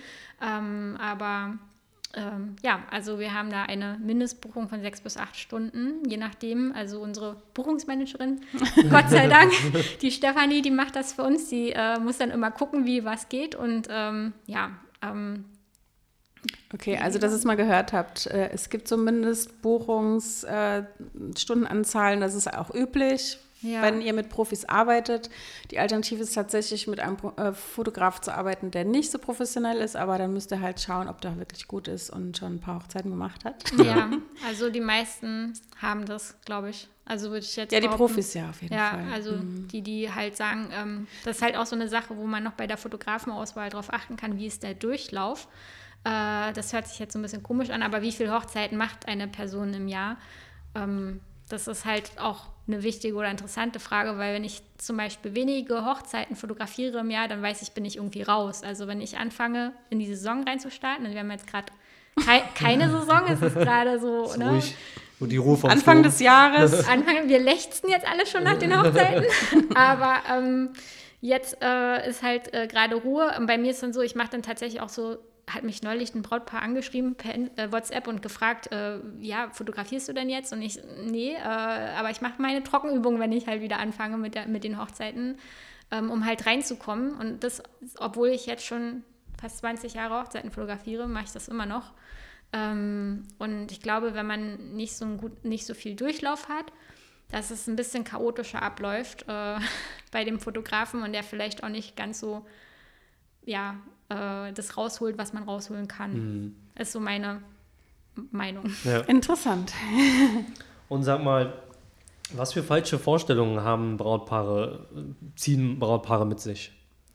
Also wir haben da eine Mindestbuchung von 6 bis 8 Stunden, je nachdem. Also unsere Buchungsmanagerin, Gott sei Dank, die Stefanie, die macht das für uns. Die muss dann immer gucken, wie was geht und Okay, also dass ihr es mal gehört habt, es gibt so Mindestbuchungsstundenanzahlen, das ist auch üblich, wenn ihr mit Profis arbeitet. Die Alternative ist tatsächlich, mit einem Fotograf zu arbeiten, der nicht so professionell ist, aber dann müsst ihr halt schauen, ob der wirklich gut ist und schon ein paar Hochzeiten gemacht hat. Ja, also die meisten haben das, glaube ich. Also würde ich jetzt die behaupten. Profis ja auf jeden Fall. Ja, also die halt sagen, das ist halt auch so eine Sache, wo man noch bei der Fotografenauswahl drauf achten kann, wie ist der Durchlauf. Das hört sich jetzt so ein bisschen komisch an, aber wie viele Hochzeiten macht eine Person im Jahr? Das ist halt auch eine wichtige oder interessante Frage, weil wenn ich zum Beispiel wenige Hochzeiten fotografiere im Jahr, dann weiß ich, bin ich irgendwie raus. Also wenn ich anfange, in die Saison reinzustarten, und wir haben jetzt gerade keine Saison, es ist gerade so, ne? Ruhig. Und die Ruhe vom Anfang des Jahres. Wir lechzen jetzt alle schon nach den Hochzeiten, aber jetzt ist halt gerade Ruhe. Und bei mir ist dann so, ich mache dann tatsächlich auch so, hat mich neulich ein Brautpaar angeschrieben per WhatsApp und gefragt, fotografierst du denn jetzt? Und ich, nee, aber ich mache meine Trockenübung, wenn ich halt wieder anfange mit den Hochzeiten, um halt reinzukommen. Und das, obwohl ich jetzt schon fast 20 Jahre Hochzeiten fotografiere, mache ich das immer noch. Und ich glaube, wenn man nicht so viel Durchlauf hat, dass es ein bisschen chaotischer abläuft bei dem Fotografen und der vielleicht auch nicht ganz so, das rausholt, was man rausholen kann. Ist so meine Meinung. Ja. Interessant. Und sag mal, Was für falsche Vorstellungen ziehen Brautpaare mit sich?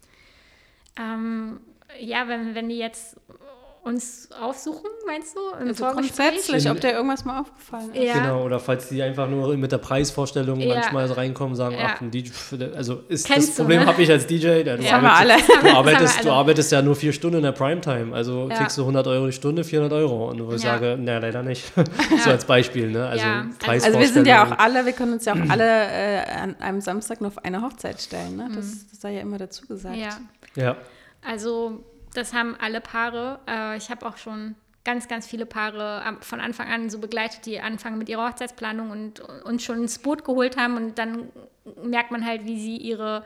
Ja, wenn die jetzt uns aufsuchen, meinst du? Im Also Vorgespräch? grundsätzlich, ob dir irgendwas mal aufgefallen ist. Ja. Genau, oder falls die einfach nur mit der Preisvorstellung Ja. manchmal so reinkommen und sagen, Ja. ach, ein DJ, also ist Kennst das du, Problem ne? habe ich als DJ, du, Das haben wir alle. du arbeitest ja nur 4 Stunden in der Primetime, also Ja. kriegst du 100 Euro die Stunde, 400 Euro. Und wo ich Ja. sage, na leider nicht. So als Beispiel, ne? Also Ja. Also wir sind ja auch alle, wir können uns ja auch alle an einem Samstag nur auf eine Hochzeit stellen. Ne? Das sei ja immer dazu gesagt. Ja. Ja. Also das haben alle Paare. Ich habe auch schon ganz, ganz viele Paare von Anfang an so begleitet, die anfangen mit ihrer Hochzeitsplanung und uns schon ins Boot geholt haben. Und dann merkt man halt, wie sie ihre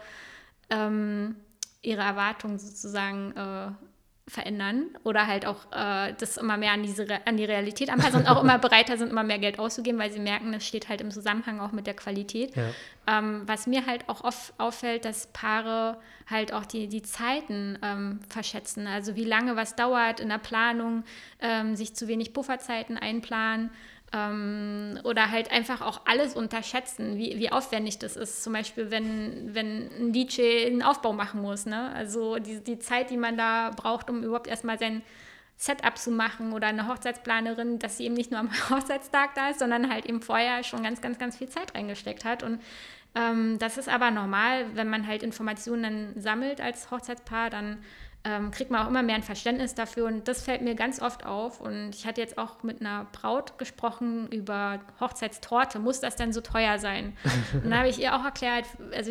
Erwartungen sozusagen verändern oder halt auch das immer mehr an die Realität anpassen und auch immer bereiter sind, immer mehr Geld auszugeben, weil sie merken, das steht halt im Zusammenhang auch mit der Qualität. Ja. Was mir halt auch oft auffällt, dass Paare halt auch die Zeiten verschätzen, also wie lange was dauert in der Planung, sich zu wenig Pufferzeiten einplanen, oder halt einfach auch alles unterschätzen, wie aufwendig das ist. Zum Beispiel, wenn ein DJ einen Aufbau machen muss. Ne? Also die Zeit, die man da braucht, um überhaupt erstmal sein Setup zu machen oder eine Hochzeitsplanerin, dass sie eben nicht nur am Hochzeitstag da ist, sondern halt eben vorher schon ganz, ganz, ganz viel Zeit reingesteckt hat. Und das ist aber normal, wenn man halt Informationen dann sammelt als Hochzeitspaar, dann kriegt man auch immer mehr ein Verständnis dafür und das fällt mir ganz oft auf und ich hatte jetzt auch mit einer Braut gesprochen über Hochzeitstorte, muss das denn so teuer sein? Und da habe ich ihr auch erklärt,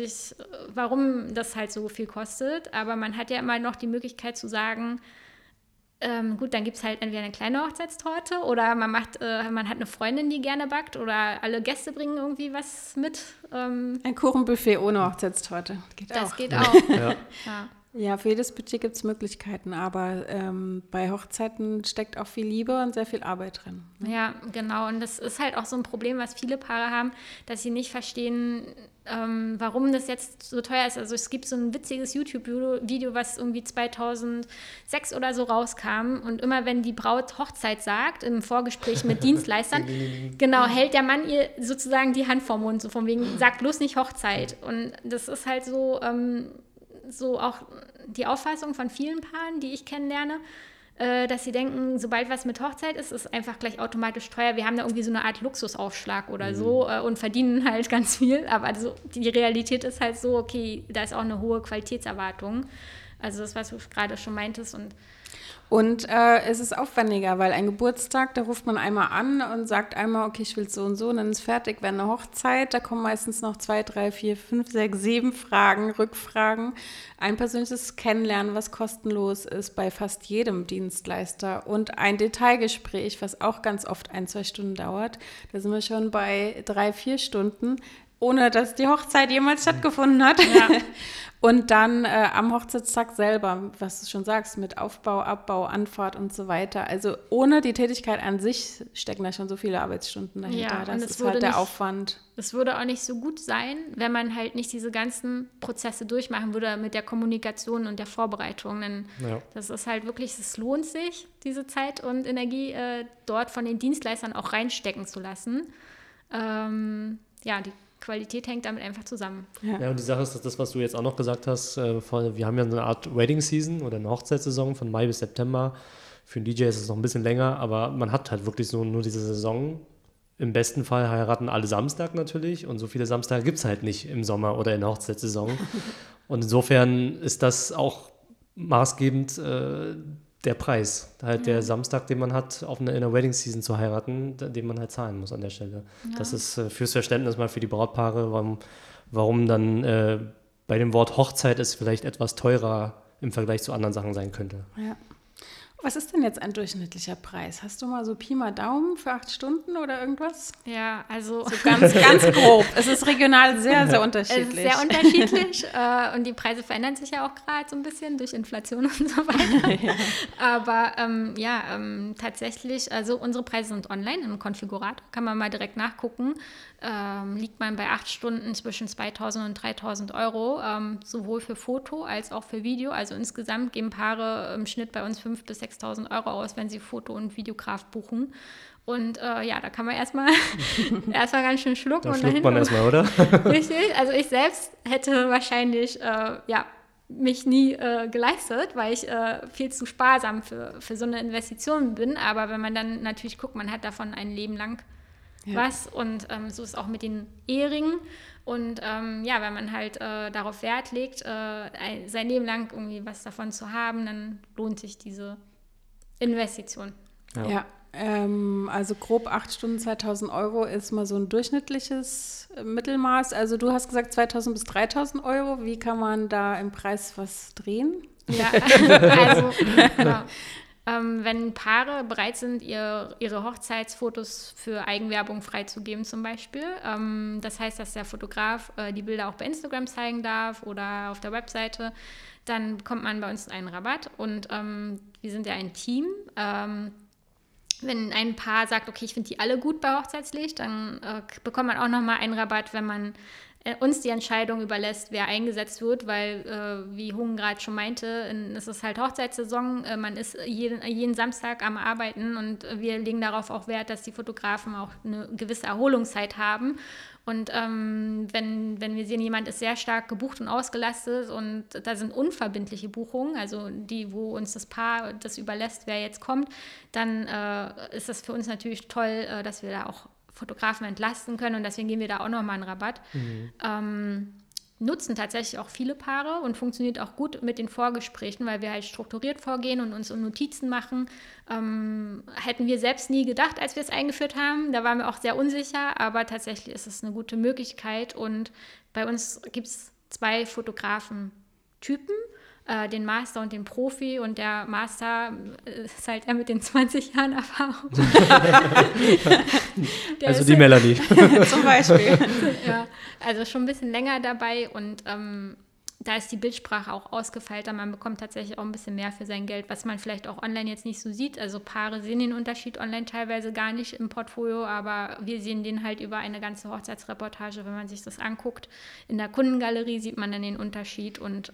warum das halt so viel kostet, aber man hat ja immer noch die Möglichkeit zu sagen, gut, dann gibt es halt entweder eine kleine Hochzeitstorte oder man hat eine Freundin, die gerne backt oder alle Gäste bringen irgendwie was mit. Ein Kuchenbuffet ohne Hochzeitstorte. Das geht auch. Ja. Ja. Ja, für jedes Budget gibt es Möglichkeiten, aber bei Hochzeiten steckt auch viel Liebe und sehr viel Arbeit drin. Ja, genau. Und das ist halt auch so ein Problem, was viele Paare haben, dass sie nicht verstehen, warum das jetzt so teuer ist. Also es gibt so ein witziges YouTube-Video, was irgendwie 2006 oder so rauskam. Und immer wenn die Braut Hochzeit sagt, im Vorgespräch mit Dienstleistern, genau, hält der Mann ihr sozusagen die Hand vorm Mund, so von wegen, sag bloß nicht Hochzeit. Und das ist halt so auch die Auffassung von vielen Paaren, die ich kennenlerne, dass sie denken, sobald was mit Hochzeit ist, ist einfach gleich automatisch teuer. Wir haben da irgendwie so eine Art Luxusaufschlag oder so und verdienen halt ganz viel. Aber also die Realität ist halt so, okay, da ist auch eine hohe Qualitätserwartung. Also das, was du gerade schon meintest. Und es ist aufwendiger, weil ein Geburtstag, da ruft man einmal an und sagt einmal, okay, ich will so und so, und dann ist fertig. Wenn eine Hochzeit, da kommen meistens noch 2, 3, 4, 5, 6, 7 Fragen, Rückfragen. Ein persönliches Kennenlernen, was kostenlos ist bei fast jedem Dienstleister. Und ein Detailgespräch, was auch ganz oft 1, 2 Stunden dauert. Da sind wir schon bei 3, 4 Stunden, ohne dass die Hochzeit jemals stattgefunden hat. Ja. Und dann am Hochzeitstag selber, was du schon sagst, mit Aufbau, Abbau, Anfahrt und so weiter. Also ohne die Tätigkeit an sich stecken da schon so viele Arbeitsstunden dahinter. Ja, das ist halt der Aufwand. Es würde auch nicht so gut sein, wenn man halt nicht diese ganzen Prozesse durchmachen würde mit der Kommunikation und der Vorbereitung. Denn das ist halt wirklich, es lohnt sich, diese Zeit und Energie dort von den Dienstleistern auch reinstecken zu lassen. Die Qualität hängt damit einfach zusammen. Ja, und die Sache ist, dass das, was du jetzt auch noch gesagt hast, wir haben ja eine Art Wedding Season oder eine Hochzeitssaison von Mai bis September. Für einen DJ ist es noch ein bisschen länger, aber man hat halt wirklich so nur diese Saison. Im besten Fall heiraten alle Samstag natürlich und so viele Samstage gibt es halt nicht im Sommer oder in der Hochzeitssaison. Und insofern ist das auch maßgebend der Preis, halt der Samstag, den man hat, in der Wedding Season zu heiraten, den man halt zahlen muss an der Stelle. Ja. Das ist fürs Verständnis mal für die Brautpaare, warum dann bei dem Wort Hochzeit es vielleicht etwas teurer im Vergleich zu anderen Sachen sein könnte. Ja. Was ist denn jetzt ein durchschnittlicher Preis? Hast du mal so Pi mal Daumen für 8 Stunden oder irgendwas? Ja, also so ganz grob. Es ist regional sehr, sehr unterschiedlich. Es ist sehr unterschiedlich und die Preise verändern sich ja auch gerade so ein bisschen durch Inflation und so weiter. Ja. Aber tatsächlich, also unsere Preise sind online im Konfigurator, kann man mal direkt nachgucken. Liegt man bei 8 Stunden zwischen 2.000 und 3.000 Euro, sowohl für Foto als auch für Video. Also insgesamt geben Paare im Schnitt bei uns 5.000 bis 6.000 Euro aus, wenn sie Foto- und Videograf buchen. Und da kann man erstmal ganz schön schlucken. Da schluckt man erstmal, oder? Richtig, also ich selbst hätte wahrscheinlich mich nie geleistet, weil ich viel zu sparsam für so eine Investition bin. Aber wenn man dann natürlich guckt, man hat davon ein Leben lang was. Und so ist es auch mit den Eheringen. Und wenn man halt darauf Wert legt, sein Leben lang irgendwie was davon zu haben, dann lohnt sich diese Investition. Ja. Also grob 8 Stunden, 2.000 Euro ist mal so ein durchschnittliches Mittelmaß. Also du hast gesagt 2.000 bis 3.000 Euro. Wie kann man da im Preis was drehen? Ja, also wenn Paare bereit sind, ihre Hochzeitsfotos für Eigenwerbung freizugeben zum Beispiel, das heißt, dass der Fotograf die Bilder auch bei Instagram zeigen darf oder auf der Webseite, dann bekommt man bei uns einen Rabatt und wir sind ja ein Team. Wenn ein Paar sagt, okay, ich finde die alle gut bei Hochzeitslicht, dann bekommt man auch nochmal einen Rabatt, wenn man uns die Entscheidung überlässt, wer eingesetzt wird, weil, wie Hung gerade schon meinte, es ist halt Hochzeitssaison, man ist jeden Samstag am Arbeiten und wir legen darauf auch Wert, dass die Fotografen auch eine gewisse Erholungszeit haben. Und wenn wir sehen, jemand ist sehr stark gebucht und ausgelastet und da sind unverbindliche Buchungen, also die, wo uns das Paar das überlässt, wer jetzt kommt, dann ist das für uns natürlich toll, dass wir da auch Fotografen entlasten können und deswegen geben wir da auch nochmal einen Rabatt. Nutzen tatsächlich auch viele Paare und funktioniert auch gut mit den Vorgesprächen, weil wir halt strukturiert vorgehen und uns Notizen machen. Hätten wir selbst nie gedacht, als wir es eingeführt haben. Da waren wir auch sehr unsicher, aber tatsächlich ist es eine gute Möglichkeit und bei uns gibt es 2 Fotografentypen, den Master und den Profi und der Master ist halt er mit den 20 Jahren Erfahrung. Also die Melanie. Zum Beispiel. Ja, also schon ein bisschen länger dabei und da ist die Bildsprache auch ausgefeilter. Man bekommt tatsächlich auch ein bisschen mehr für sein Geld, was man vielleicht auch online jetzt nicht so sieht. Also Paare sehen den Unterschied online teilweise gar nicht im Portfolio, aber wir sehen den halt über eine ganze Hochzeitsreportage, wenn man sich das anguckt. In der Kundengalerie sieht man dann den Unterschied und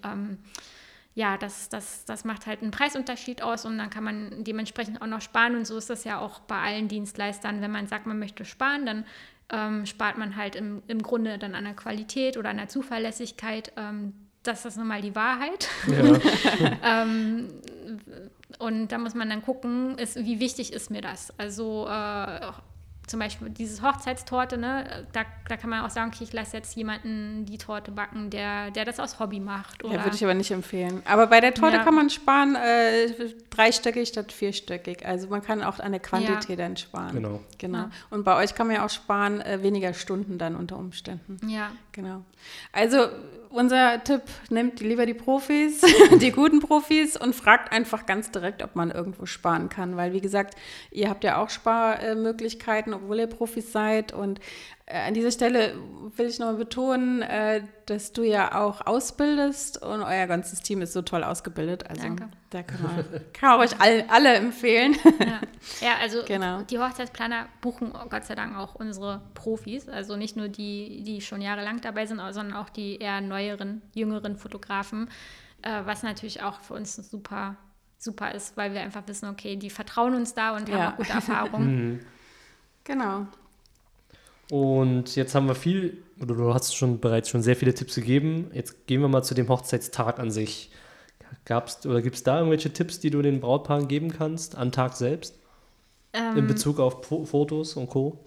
das macht halt einen Preisunterschied aus und dann kann man dementsprechend auch noch sparen und so ist das ja auch bei allen Dienstleistern. Wenn man sagt, man möchte sparen, dann spart man halt im Grunde dann an der Qualität oder an der Zuverlässigkeit. Das ist nun mal die Wahrheit. Ja. Und da muss man dann gucken, wie wichtig ist mir das? Also zum Beispiel dieses Hochzeitstorte, ne, da kann man auch sagen, okay, ich lasse jetzt jemanden die Torte backen, der das aus Hobby macht. Oder? Ja, würde ich aber nicht empfehlen. Aber bei der Torte kann man sparen, 3-stöckig statt 4-stöckig. Also man kann auch an der Quantität dann sparen. Genau. Ja. Und bei euch kann man ja auch sparen, weniger Stunden dann unter Umständen. Ja. Genau. Also unser Tipp, nehmt lieber die Profis, die guten Profis und fragt einfach ganz direkt, ob man irgendwo sparen kann. Weil, wie gesagt, ihr habt ja auch Sparmöglichkeiten, obwohl ihr Profis seid. Und an dieser Stelle will ich nochmal betonen, dass du ja auch ausbildest und euer ganzes Team ist so toll ausgebildet. Also Danke. Da kann man euch alle empfehlen. Ja, also genau. Die Hochzeitsplaner buchen Gott sei Dank auch unsere Profis. Also nicht nur die schon jahrelang dabei sind, sondern auch die eher neueren, jüngeren Fotografen, was natürlich auch für uns super ist, weil wir einfach wissen, okay, die vertrauen uns da und haben auch gute Erfahrungen. Genau. Und jetzt haben wir du hast bereits schon sehr viele Tipps gegeben. Jetzt gehen wir mal zu dem Hochzeitstag an sich. Gibt es da irgendwelche Tipps, die du den Brautpaaren geben kannst, am Tag selbst? In Bezug auf Fotos und Co.?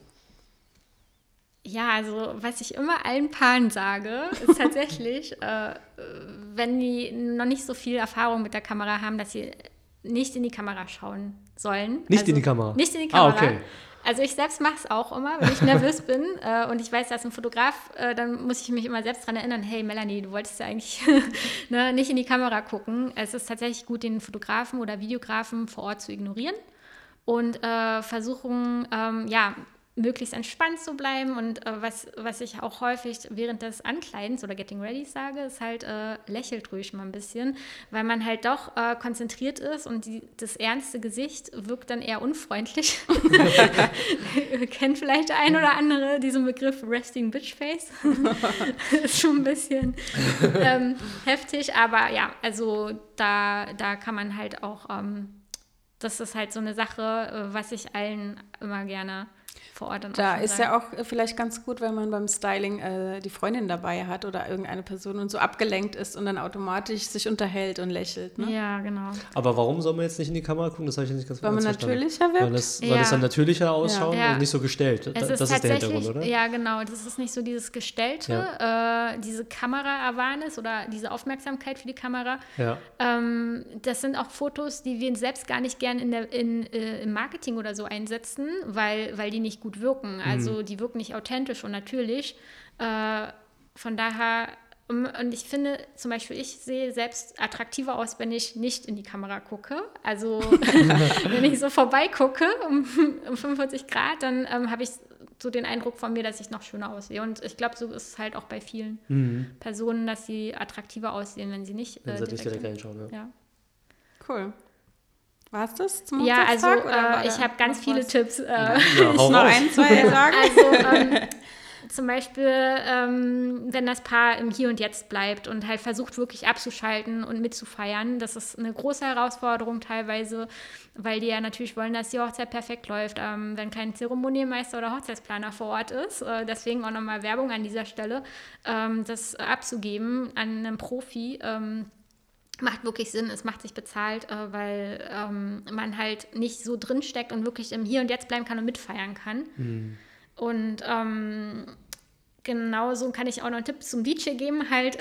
Ja, also was ich immer allen Paaren sage, ist tatsächlich, wenn die noch nicht so viel Erfahrung mit der Kamera haben, dass sie nicht in die Kamera schauen sollen. Nicht in die Kamera? Nicht in die Kamera. Okay. Also ich selbst mache es auch immer, wenn ich nervös bin und ich weiß, da ist ein Fotograf, dann muss ich mich immer selbst daran erinnern, hey Melanie, du wolltest ja eigentlich nicht in die Kamera gucken. Es ist tatsächlich gut, den Fotografen oder Videografen vor Ort zu ignorieren und versuchen, möglichst entspannt zu bleiben und was ich auch häufig während des Ankleidens oder Getting Ready sage, ist halt, lächelt ruhig mal ein bisschen, weil man halt doch konzentriert ist und das ernste Gesicht wirkt dann eher unfreundlich. Kennt vielleicht der ein oder andere diesen Begriff Resting Bitch Face. Ist schon ein bisschen heftig, aber ja, also da kann man halt auch das ist halt so eine Sache, was ich allen immer gerne vor Ort Da ist ja auch vielleicht ganz gut, wenn man beim Styling die Freundin dabei hat oder irgendeine Person und so abgelenkt ist und dann automatisch sich unterhält und lächelt. Ne? Ja, genau. Aber warum soll man jetzt nicht in die Kamera gucken? Das habe ich nicht ganz Weil man verstanden. natürlicher wird? Weil das dann natürlicher ausschaut Ja. und nicht so gestellt. Es Das ist der Hintergrund, oder? Ja, genau. Das ist nicht so dieses Gestellte, diese Kamera-Awareness oder diese Aufmerksamkeit für die Kamera. Ja. Das sind auch Fotos, die wir selbst gar nicht gern im Marketing oder so einsetzen, weil die nicht gut wirken. Also die wirken nicht authentisch und natürlich. Von daher, und ich finde zum Beispiel, ich sehe selbst attraktiver aus, wenn ich nicht in die Kamera gucke. Also wenn ich so vorbeigucke um 45 Grad, dann habe ich so den Eindruck von mir, dass ich noch schöner aussehe. Und ich glaube, so ist es halt auch bei vielen Personen, dass sie attraktiver aussehen, wenn sie nicht direkt reinschauen. Ja. Cool. War es das zum Ja, Hochzeitstag? also ich habe ganz viele Tipps. Ich noch ein, zwei sagen. Also zum Beispiel, wenn das Paar im Hier und Jetzt bleibt und halt versucht, wirklich abzuschalten und mitzufeiern. Das ist eine große Herausforderung teilweise, weil die ja natürlich wollen, dass die Hochzeit perfekt läuft, wenn kein Zeremonienmeister oder Hochzeitsplaner vor Ort ist. Deswegen auch nochmal Werbung an dieser Stelle, das abzugeben an einen Profi. Macht wirklich Sinn, es macht sich bezahlt, weil man halt nicht so drinsteckt und wirklich im Hier und Jetzt bleiben kann und mitfeiern kann. Und genauso kann ich auch noch einen Tipp zum DJ geben, halt.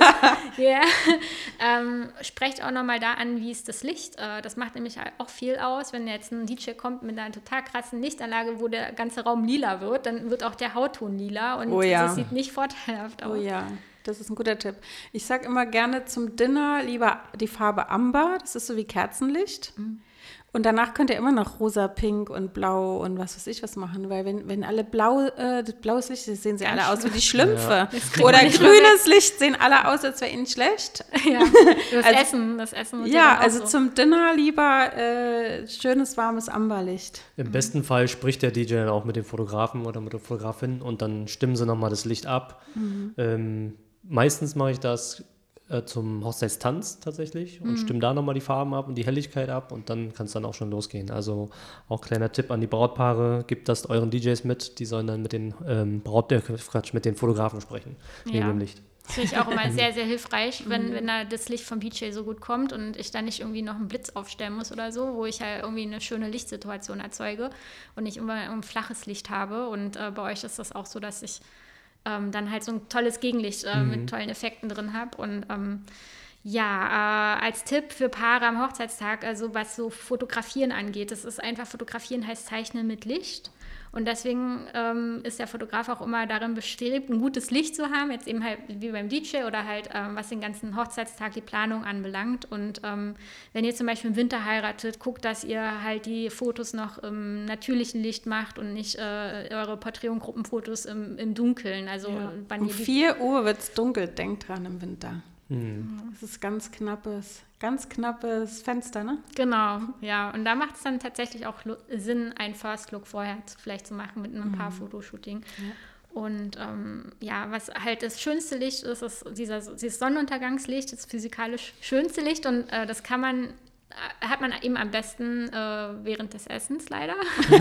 Sprecht auch nochmal da an, wie ist das Licht. Das macht nämlich auch viel aus, wenn jetzt ein DJ kommt mit einer total krassen Lichtanlage, wo der ganze Raum lila wird, dann wird auch der Hautton lila und das sieht nicht vorteilhaft aus. Oh ja. Das ist ein guter Tipp. Ich sage immer gerne zum Dinner lieber die Farbe Amber. Das ist so wie Kerzenlicht. Und danach könnt ihr immer noch rosa, pink und blau und was weiß ich was machen. Weil wenn alle blaues Licht ist, sehen sie alle aus wie die Schlümpfe. Ja. Oder grünes Licht sehen alle aus, als wäre ihnen schlecht. Ja, das Essen. Ja, also so. Zum Dinner lieber schönes, warmes Amberlicht. Im besten Fall spricht der DJ dann auch mit dem Fotografen oder mit der Fotografin und dann stimmen sie nochmal das Licht ab. Meistens mache ich das zum Hochzeitstanz tatsächlich und stimme da nochmal die Farben ab und die Helligkeit ab und dann kann es dann auch schon losgehen. Also auch kleiner Tipp an die Brautpaare, gebt das euren DJs mit, die sollen dann mit den mit den Fotografen sprechen, neben dem Licht. Das finde ich auch immer sehr, sehr hilfreich, wenn da das Licht vom DJ so gut kommt und ich dann nicht irgendwie noch einen Blitz aufstellen muss oder so, wo ich halt irgendwie eine schöne Lichtsituation erzeuge und nicht immer ein flaches Licht habe. Und bei euch ist das auch so, dass ich dann halt so ein tolles Gegenlicht mit tollen Effekten drin habe. Und als Tipp für Paare am Hochzeitstag, also was so Fotografieren angeht, das ist einfach, Fotografieren heißt Zeichnen mit Licht. Und deswegen ist der Fotograf auch immer darin bestrebt, ein gutes Licht zu haben, jetzt eben halt wie beim DJ oder halt was den ganzen Hochzeitstag, die Planung anbelangt. Und wenn ihr zum Beispiel im Winter heiratet, guckt, dass ihr halt die Fotos noch im natürlichen Licht macht und nicht eure Porträt- und Gruppenfotos im Dunkeln. Also um 4 Uhr wird es dunkel, denkt dran im Winter. Das ist ganz knappes Fenster, ne? Genau, ja. Und da macht es dann tatsächlich auch Sinn, einen First Look vorher vielleicht zu machen mit einem Paar-Fotoshooting. Ja. Und was halt das schönste Licht ist, ist dieses Sonnenuntergangslicht, das physikalisch schönste Licht. Und das hat man eben am besten während des Essens leider.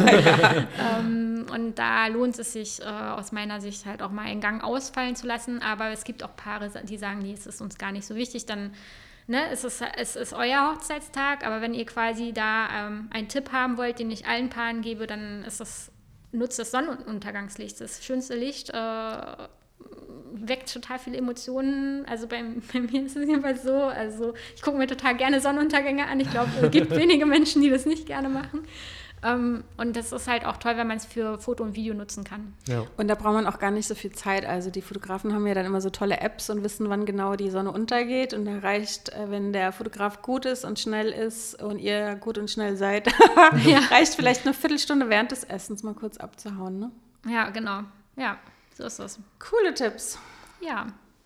Und da lohnt es sich aus meiner Sicht halt auch mal einen Gang ausfallen zu lassen. Aber es gibt auch Paare, die sagen, nee, es ist uns gar nicht so wichtig. Dann es ist euer Hochzeitstag, aber wenn ihr quasi da einen Tipp haben wollt, den ich allen Paaren gebe, dann nutzt das Sonnenuntergangslicht. Das schönste Licht weckt total viele Emotionen. Also bei mir ist es jedenfalls so. Also ich gucke mir total gerne Sonnenuntergänge an. Ich glaube, es gibt wenige Menschen, die das nicht gerne machen. Und das ist halt auch toll, wenn man es für Foto und Video nutzen kann. Ja. Und da braucht man auch gar nicht so viel Zeit. Also die Fotografen haben ja dann immer so tolle Apps und wissen, wann genau die Sonne untergeht. Und da reicht, wenn der Fotograf gut ist und schnell ist und ihr gut und schnell seid, reicht vielleicht eine Viertelstunde während des Essens mal kurz abzuhauen, ne? Ja, genau. Ja, so ist das. Coole Tipps. Ja.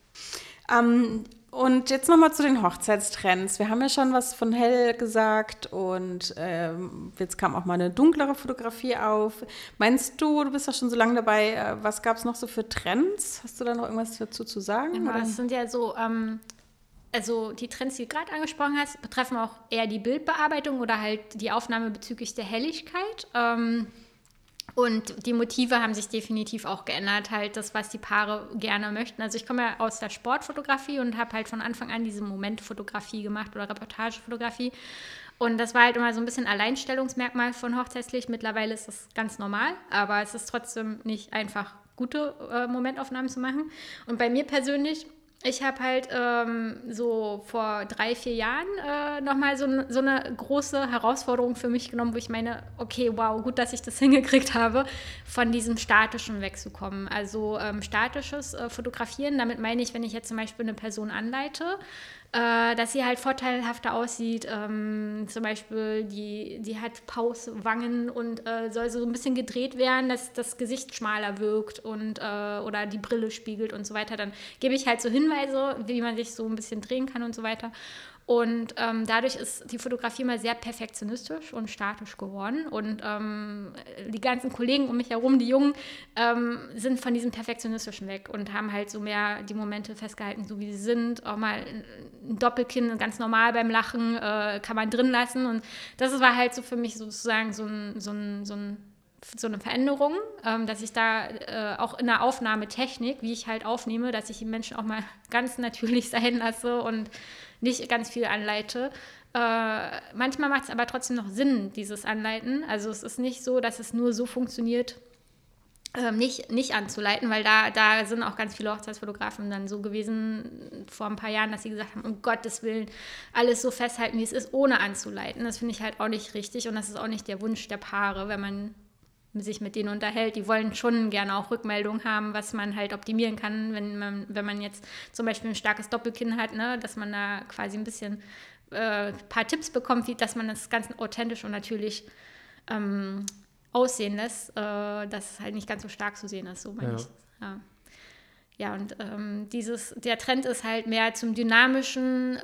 Und jetzt nochmal zu den Hochzeitstrends. Wir haben ja schon was von hell gesagt und jetzt kam auch mal eine dunklere Fotografie auf. Meinst du bist ja schon so lange dabei, was gab es noch so für Trends? Hast du da noch irgendwas dazu zu sagen? Genau, es sind ja so also die Trends, die du gerade angesprochen hast, betreffen auch eher die Bildbearbeitung oder halt die Aufnahme bezüglich der Helligkeit. Und die Motive haben sich definitiv auch geändert, halt das, was die Paare gerne möchten. Also ich komme ja aus der Sportfotografie und habe halt von Anfang an diese Momentfotografie gemacht oder Reportagefotografie. Und das war halt immer so ein bisschen Alleinstellungsmerkmal von Hochzeitslicht. Mittlerweile ist das ganz normal, aber es ist trotzdem nicht einfach, gute Momentaufnahmen zu machen. Und bei mir persönlich, ich habe halt so vor 3-4 Jahren nochmal so eine große Herausforderung für mich genommen, wo ich meine, okay, wow, gut, dass ich das hingekriegt habe, von diesem Statischen wegzukommen. Also statisches Fotografieren, damit meine ich, wenn ich jetzt zum Beispiel eine Person anleite, dass sie halt vorteilhafter aussieht. Zum Beispiel, die hat Pauswangen und soll so ein bisschen gedreht werden, dass das Gesicht schmaler wirkt und oder die Brille spiegelt und so weiter. Dann gebe ich halt so Hinweise, wie man sich so ein bisschen drehen kann und so weiter. Und dadurch ist die Fotografie mal sehr perfektionistisch und statisch geworden. Und die ganzen Kollegen um mich herum, die Jungen, sind von diesem Perfektionistischen weg und haben halt so mehr die Momente festgehalten, so wie sie sind. Auch mal ein Doppelkinn, ganz normal beim Lachen, kann man drin lassen. Und das war halt so für mich sozusagen so eine Veränderung, dass ich da auch in der Aufnahmetechnik, wie ich halt aufnehme, dass ich die Menschen auch mal ganz natürlich sein lasse und nicht ganz viel anleite. Manchmal macht es aber trotzdem noch Sinn, dieses Anleiten. Also es ist nicht so, dass es nur so funktioniert, nicht anzuleiten, weil da sind auch ganz viele Hochzeitsfotografen dann so gewesen vor ein paar Jahren, dass sie gesagt haben, um Gottes Willen, alles so festhalten, wie es ist, ohne anzuleiten. Das finde ich halt auch nicht richtig und das ist auch nicht der Wunsch der Paare, wenn man sich mit denen unterhält. Die wollen schon gerne auch Rückmeldungen haben, was man halt optimieren kann, wenn man jetzt zum Beispiel ein starkes Doppelkinn hat, ne, dass man da quasi ein bisschen paar Tipps bekommt, dass man das ganz authentisch und natürlich aussehen lässt, dass es halt nicht ganz so stark zu sehen ist, so meine ich. Ja, und der Trend ist halt mehr zum dynamischen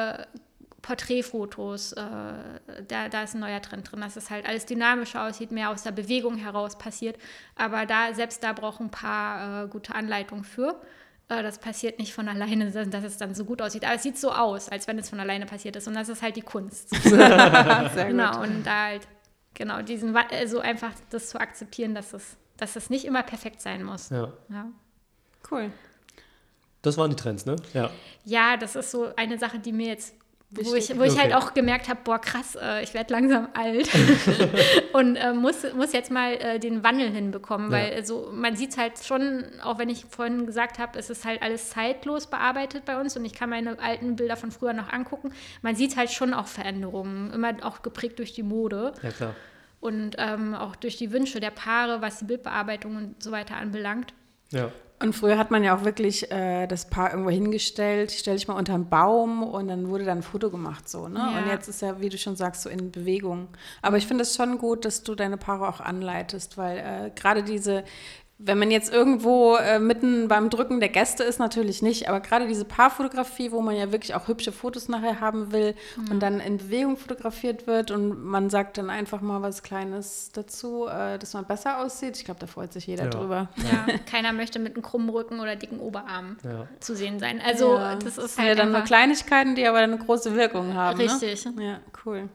Porträtfotos, da ist ein neuer Trend drin, dass es halt alles dynamischer aussieht, mehr aus der Bewegung heraus passiert. Aber selbst da brauchen ein paar gute Anleitungen für. Das passiert nicht von alleine, dass es dann so gut aussieht. Aber es sieht so aus, als wenn es von alleine passiert ist. Und das ist halt die Kunst. Sehr genau, gut. und da halt, genau, so einfach das zu akzeptieren, dass es nicht immer perfekt sein muss. Ja. Cool. Das waren die Trends, ne? Ja, das ist so eine Sache, die mir jetzt wo ich halt auch gemerkt habe, boah, krass, ich werde langsam alt und muss jetzt mal den Wandel hinbekommen, weil man sieht es halt schon, auch wenn ich vorhin gesagt habe, es ist halt alles zeitlos bearbeitet bei uns und ich kann meine alten Bilder von früher noch angucken. Man sieht halt schon auch Veränderungen, immer auch geprägt durch die Mode. Ja, klar. Und auch durch die Wünsche der Paare, was die Bildbearbeitung und so weiter anbelangt. Ja. Und früher hat man ja auch wirklich das Paar irgendwo hingestellt, stell dich mal unter einen Baum und dann wurde dann ein Foto gemacht, so, ne? Ja. Und jetzt ist ja, wie du schon sagst, so in Bewegung. Aber ich finde es schon gut, dass du deine Paare auch anleitest, weil gerade wenn man jetzt irgendwo mitten beim Drücken der Gäste ist, natürlich nicht, aber gerade diese Paarfotografie, wo man ja wirklich auch hübsche Fotos nachher haben will und dann in Bewegung fotografiert wird und man sagt dann einfach mal was Kleines dazu, dass man besser aussieht. Ich glaube, da freut sich jeder drüber. Ja, keiner möchte mit einem krummen Rücken oder dicken Oberarm zu sehen sein. Also das ist halt ja dann nur Kleinigkeiten, die aber eine große Wirkung haben. Richtig. Ne? Ja, cool.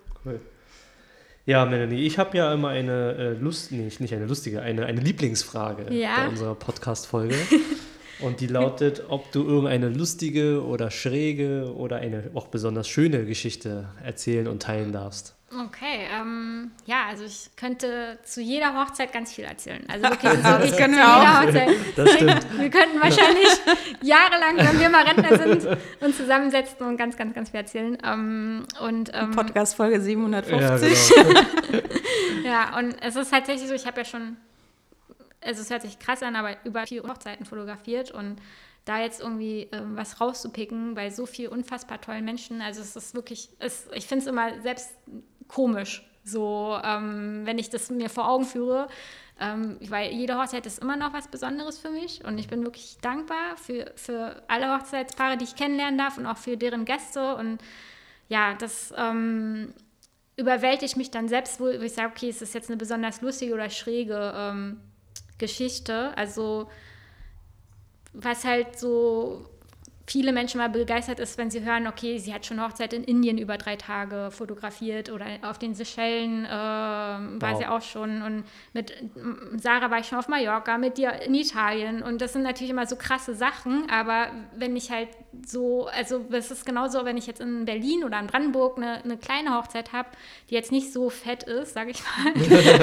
Ja, Melanie, ich habe ja immer eine eine Lieblingsfrage bei unserer Podcast-Folge. Und die lautet, ob du irgendeine lustige oder schräge oder eine auch besonders schöne Geschichte erzählen und teilen darfst. Okay, also ich könnte zu jeder Hochzeit ganz viel erzählen. Also wirklich, das können wir auch. Hochzeit. Das stimmt. Wir könnten wahrscheinlich jahrelang, wenn wir mal Rentner sind, uns zusammensetzen und ganz, ganz, ganz viel erzählen. Podcast-Folge 750. Ja, genau. Ja, und es ist tatsächlich so, ich habe ja schon, also es hört sich krass an, aber über 4 Hochzeiten fotografiert und da jetzt irgendwie was rauszupicken bei so viel unfassbar tollen Menschen, also es ist wirklich, ich finde es immer selbst komisch, so wenn ich das mir vor Augen führe, weil jede Hochzeit ist immer noch was Besonderes für mich und ich bin wirklich dankbar für alle Hochzeitspaare, die ich kennenlernen darf und auch für deren Gäste und ja, das überwältigt mich dann selbst, wo ich sage, okay, es ist jetzt eine besonders lustige oder schräge Geschichte, also was halt so viele Menschen mal begeistert ist, wenn sie hören, okay, sie hat schon eine Hochzeit in Indien über 3 Tage fotografiert oder auf den Seychellen war sie auch schon und mit Sarah war ich schon auf Mallorca, mit dir in Italien und das sind natürlich immer so krasse Sachen, aber wenn ich halt so, also das ist genauso, wenn ich jetzt in Berlin oder in Brandenburg eine kleine Hochzeit habe, die jetzt nicht so fett ist, sage ich mal,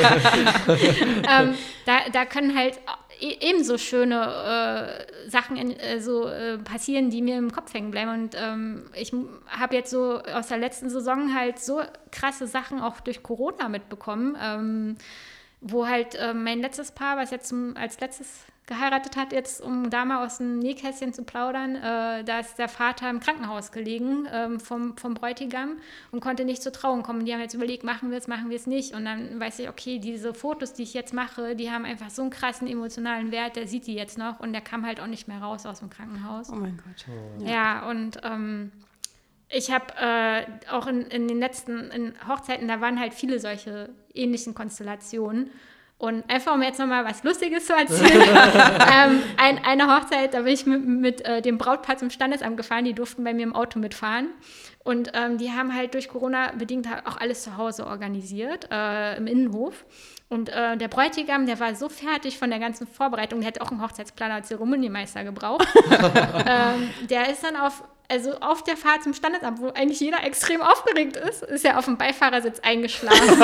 da können halt ebenso schöne Sachen passieren, die mir im Kopf hängen bleiben. Und ich habe jetzt so aus der letzten Saison halt so krasse Sachen auch durch Corona mitbekommen, wo halt mein letztes Paar, was jetzt als letztes geheiratet hat, jetzt um da mal aus dem Nähkästchen zu plaudern, da ist der Vater im Krankenhaus gelegen vom Bräutigam und konnte nicht zur Trauung kommen. Die haben jetzt überlegt, machen wir es nicht. Und dann weiß ich, okay, diese Fotos, die ich jetzt mache, die haben einfach so einen krassen emotionalen Wert, der sieht die jetzt noch und der kam halt auch nicht mehr raus aus dem Krankenhaus. Oh mein Gott. Ja, und ich habe auch in den letzten Hochzeiten, da waren halt viele solche ähnlichen Konstellationen. Und einfach, um jetzt nochmal was Lustiges zu erzählen, eine Hochzeit, da bin ich mit dem Brautpaar zum Standesamt gefahren, die durften bei mir im Auto mitfahren. Und die haben halt durch Corona bedingt auch alles zu Hause organisiert, im Innenhof. Und der Bräutigam, der war so fertig von der ganzen Vorbereitung, der hat auch einen Hochzeitsplaner als Zeremoniemeister gebraucht. Der ist dann auf der Fahrt zum Standesamt, wo eigentlich jeder extrem aufgeregt ist er auf dem Beifahrersitz eingeschlafen.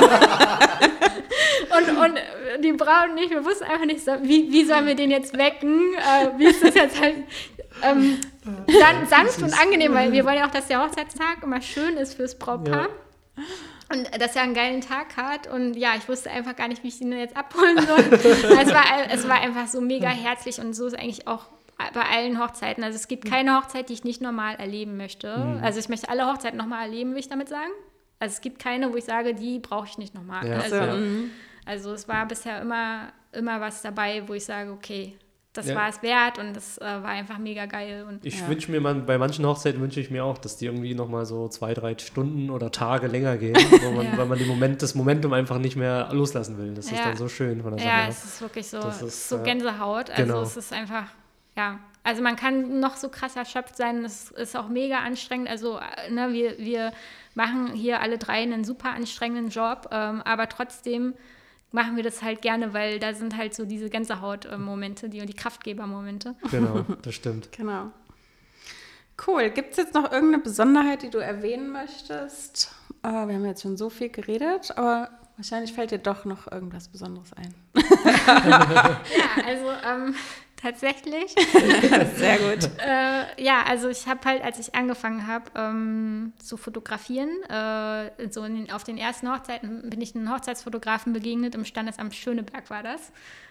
und die Braut und ich, wir wussten einfach nicht, wie sollen wir den jetzt wecken? Wie ist das jetzt halt sanft und angenehm, weil wir wollen ja auch, dass der Hochzeitstag immer schön ist fürs Brautpaar. Ja. Und dass er einen geilen Tag hat. Und ja, ich wusste einfach gar nicht, wie ich ihn jetzt abholen soll. Es war einfach so mega herzlich und so ist eigentlich auch bei allen Hochzeiten. Also es gibt keine Hochzeit, die ich nicht normal erleben möchte. Also ich möchte alle Hochzeiten nochmal erleben, will ich damit sagen. Also es gibt keine, wo ich sage, die brauche ich nicht nochmal. Ja. Also es war bisher immer was dabei, wo ich sage, okay, das war es wert und das war einfach mega geil. Und ich wünsche mir, bei manchen Hochzeiten wünsche ich mir auch, dass die irgendwie nochmal so 2-3 Stunden oder Tage länger gehen, weil man das Momentum einfach nicht mehr loslassen will. Das ist dann so schön von der Sache. Ja, es ist wirklich so, so Gänsehaut. Also es ist einfach, also man kann noch so krass erschöpft sein, es ist auch mega anstrengend. Also wir machen hier alle 3 einen super anstrengenden Job, aber trotzdem machen wir das halt gerne, weil da sind halt so diese Gänsehaut-Momente, die Kraftgeber-Momente. Genau, das stimmt. Genau. Cool. Gibt es jetzt noch irgendeine Besonderheit, die du erwähnen möchtest? Wir haben jetzt schon so viel geredet, aber wahrscheinlich fällt dir doch noch irgendwas Besonderes ein. Ja, also tatsächlich. Sehr gut. Also ich habe halt, als ich angefangen habe zu fotografieren, auf den ersten Hochzeiten bin ich einem Hochzeitsfotografen begegnet, im Standesamt Schöneberg war das,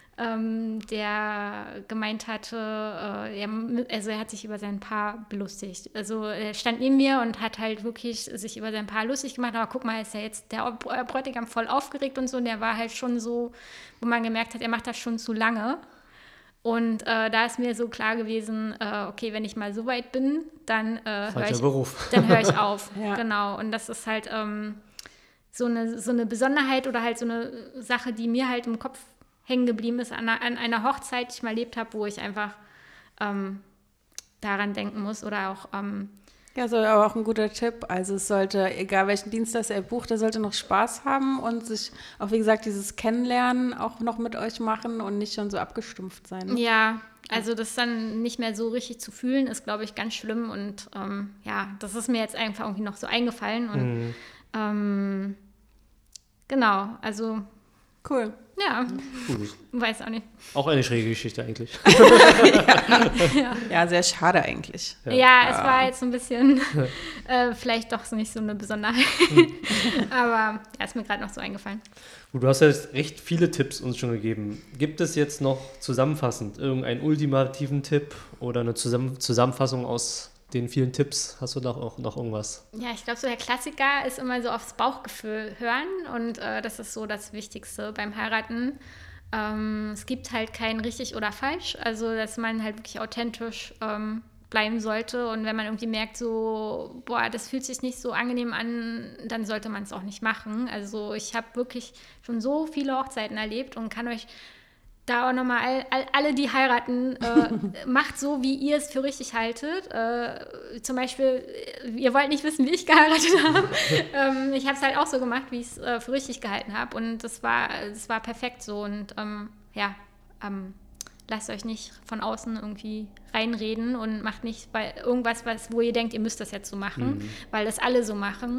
der gemeint hatte, er hat sich über sein Paar belustigt. Also er stand neben mir und hat halt wirklich sich über sein Paar lustig gemacht, aber guck mal, ist ja jetzt der Bräutigam voll aufgeregt und so, und der war halt schon so, wo man gemerkt hat, er macht das schon zu lange. Und da ist mir so klar gewesen, okay, wenn ich mal so weit bin, dann höre ich auf. Ja. Genau. Und das ist halt so eine Besonderheit oder halt so eine Sache, die mir halt im Kopf hängen geblieben ist an einer Hochzeit, die ich mal erlebt habe, wo ich einfach daran denken muss oder auch ja, so aber auch ein guter Tipp. Also es sollte, egal welchen Dienstleister er bucht, der sollte noch Spaß haben und sich auch, wie gesagt, dieses Kennenlernen auch noch mit euch machen und nicht schon so abgestumpft sein. Ne? Ja, also das dann nicht mehr so richtig zu fühlen, ist, glaube ich, ganz schlimm. Und das ist mir jetzt einfach irgendwie noch so eingefallen. Und genau, also cool. Ja, weiß auch nicht. Auch eine schräge Geschichte eigentlich. Ja, sehr schade eigentlich. Ja, es war jetzt so ein bisschen vielleicht doch nicht so eine Besonderheit. Aber ist mir gerade noch so eingefallen. Gut, du hast ja recht viele Tipps uns schon gegeben. Gibt es jetzt noch zusammenfassend irgendeinen ultimativen Tipp oder eine Zusammenfassung aus den vielen Tipps? Hast du da auch noch irgendwas? Ja, ich glaube, so der Klassiker ist immer so aufs Bauchgefühl hören und das ist so das Wichtigste beim Heiraten. Es gibt halt kein richtig oder falsch, also dass man halt wirklich authentisch bleiben sollte, und wenn man irgendwie merkt, so, boah, das fühlt sich nicht so angenehm an, dann sollte man es auch nicht machen. Also ich habe wirklich schon so viele Hochzeiten erlebt und kann euch da auch nochmal alle, die heiraten, macht so, wie ihr es für richtig haltet. Zum Beispiel, ihr wollt nicht wissen, wie ich geheiratet habe. Ich habe es halt auch so gemacht, wie ich es für richtig gehalten habe. Und das war perfekt so. Und lasst euch nicht von außen irgendwie reinreden und macht nicht bei irgendwas, wo ihr denkt, ihr müsst das jetzt so machen, weil das alle so machen.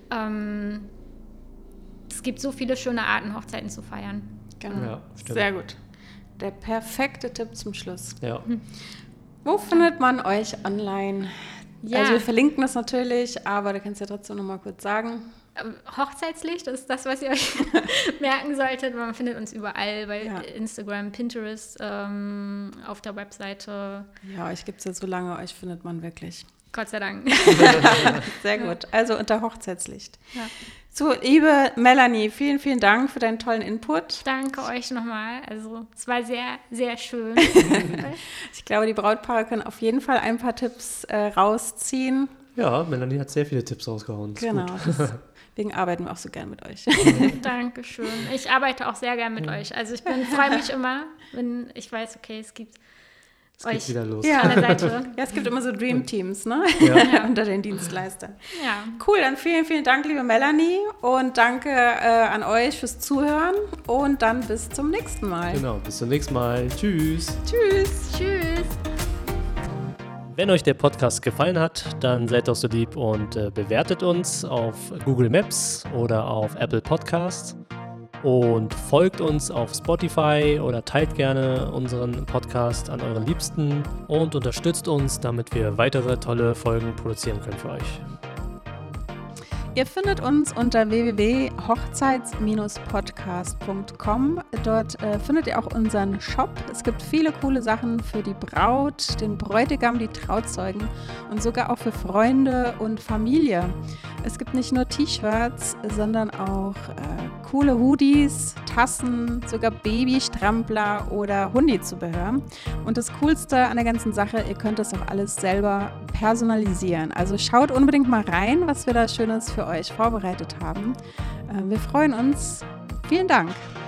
Es gibt so viele schöne Arten, Hochzeiten zu feiern. Genau. Ja, stimmt. Sehr gut. Der perfekte Tipp zum Schluss. Ja. Wo findet man euch online? Ja. Also wir verlinken das natürlich, aber du kannst ja trotzdem noch mal kurz sagen. Hochzeitslicht, das ist das, was ihr euch merken solltet. Man findet uns überall, bei Instagram, Pinterest, auf der Webseite. Ja, euch gibt es ja so lange, euch findet man wirklich. Gott sei Dank. Sehr gut. Also unter Hochzeitslicht. Ja. So, liebe Melanie, vielen, vielen Dank für deinen tollen Input. Danke euch nochmal. Also es war sehr, sehr schön. Ich glaube, die Brautpaare können auf jeden Fall ein paar Tipps rausziehen. Ja, Melanie hat sehr viele Tipps rausgehauen. Genau. Deswegen arbeiten wir auch so gern mit euch. Dankeschön. Ich arbeite auch sehr gern mit euch. Also ich freue mich immer, wenn ich weiß, okay, es gibt euch wieder los. Ja. an der Seite. Ja, es gibt immer so Dream Teams, ne? Ja. Unter den Dienstleistern. Ja. Cool, dann vielen, vielen Dank, liebe Melanie. Und danke an euch fürs Zuhören. Und dann bis zum nächsten Mal. Genau, bis zum nächsten Mal. Tschüss. Tschüss. Tschüss. Wenn euch der Podcast gefallen hat, dann seid doch so lieb und bewertet uns auf Google Maps oder auf Apple Podcasts und folgt uns auf Spotify oder teilt gerne unseren Podcast an euren Liebsten und unterstützt uns, damit wir weitere tolle Folgen produzieren können für euch. Ihr findet uns unter www.hochzeits-podcast.com. Dort findet ihr auch unseren Shop. Es gibt viele coole Sachen für die Braut, den Bräutigam, die Trauzeugen und sogar auch für Freunde und Familie. Es gibt nicht nur T-Shirts, sondern auch coole Hoodies, Tassen, sogar Babystrampler oder Hundizubehör. Und das Coolste an der ganzen Sache, ihr könnt das auch alles selber personalisieren. Also schaut unbedingt mal rein, was wir da Schönes für euch vorbereitet haben. Wir freuen uns. Vielen Dank.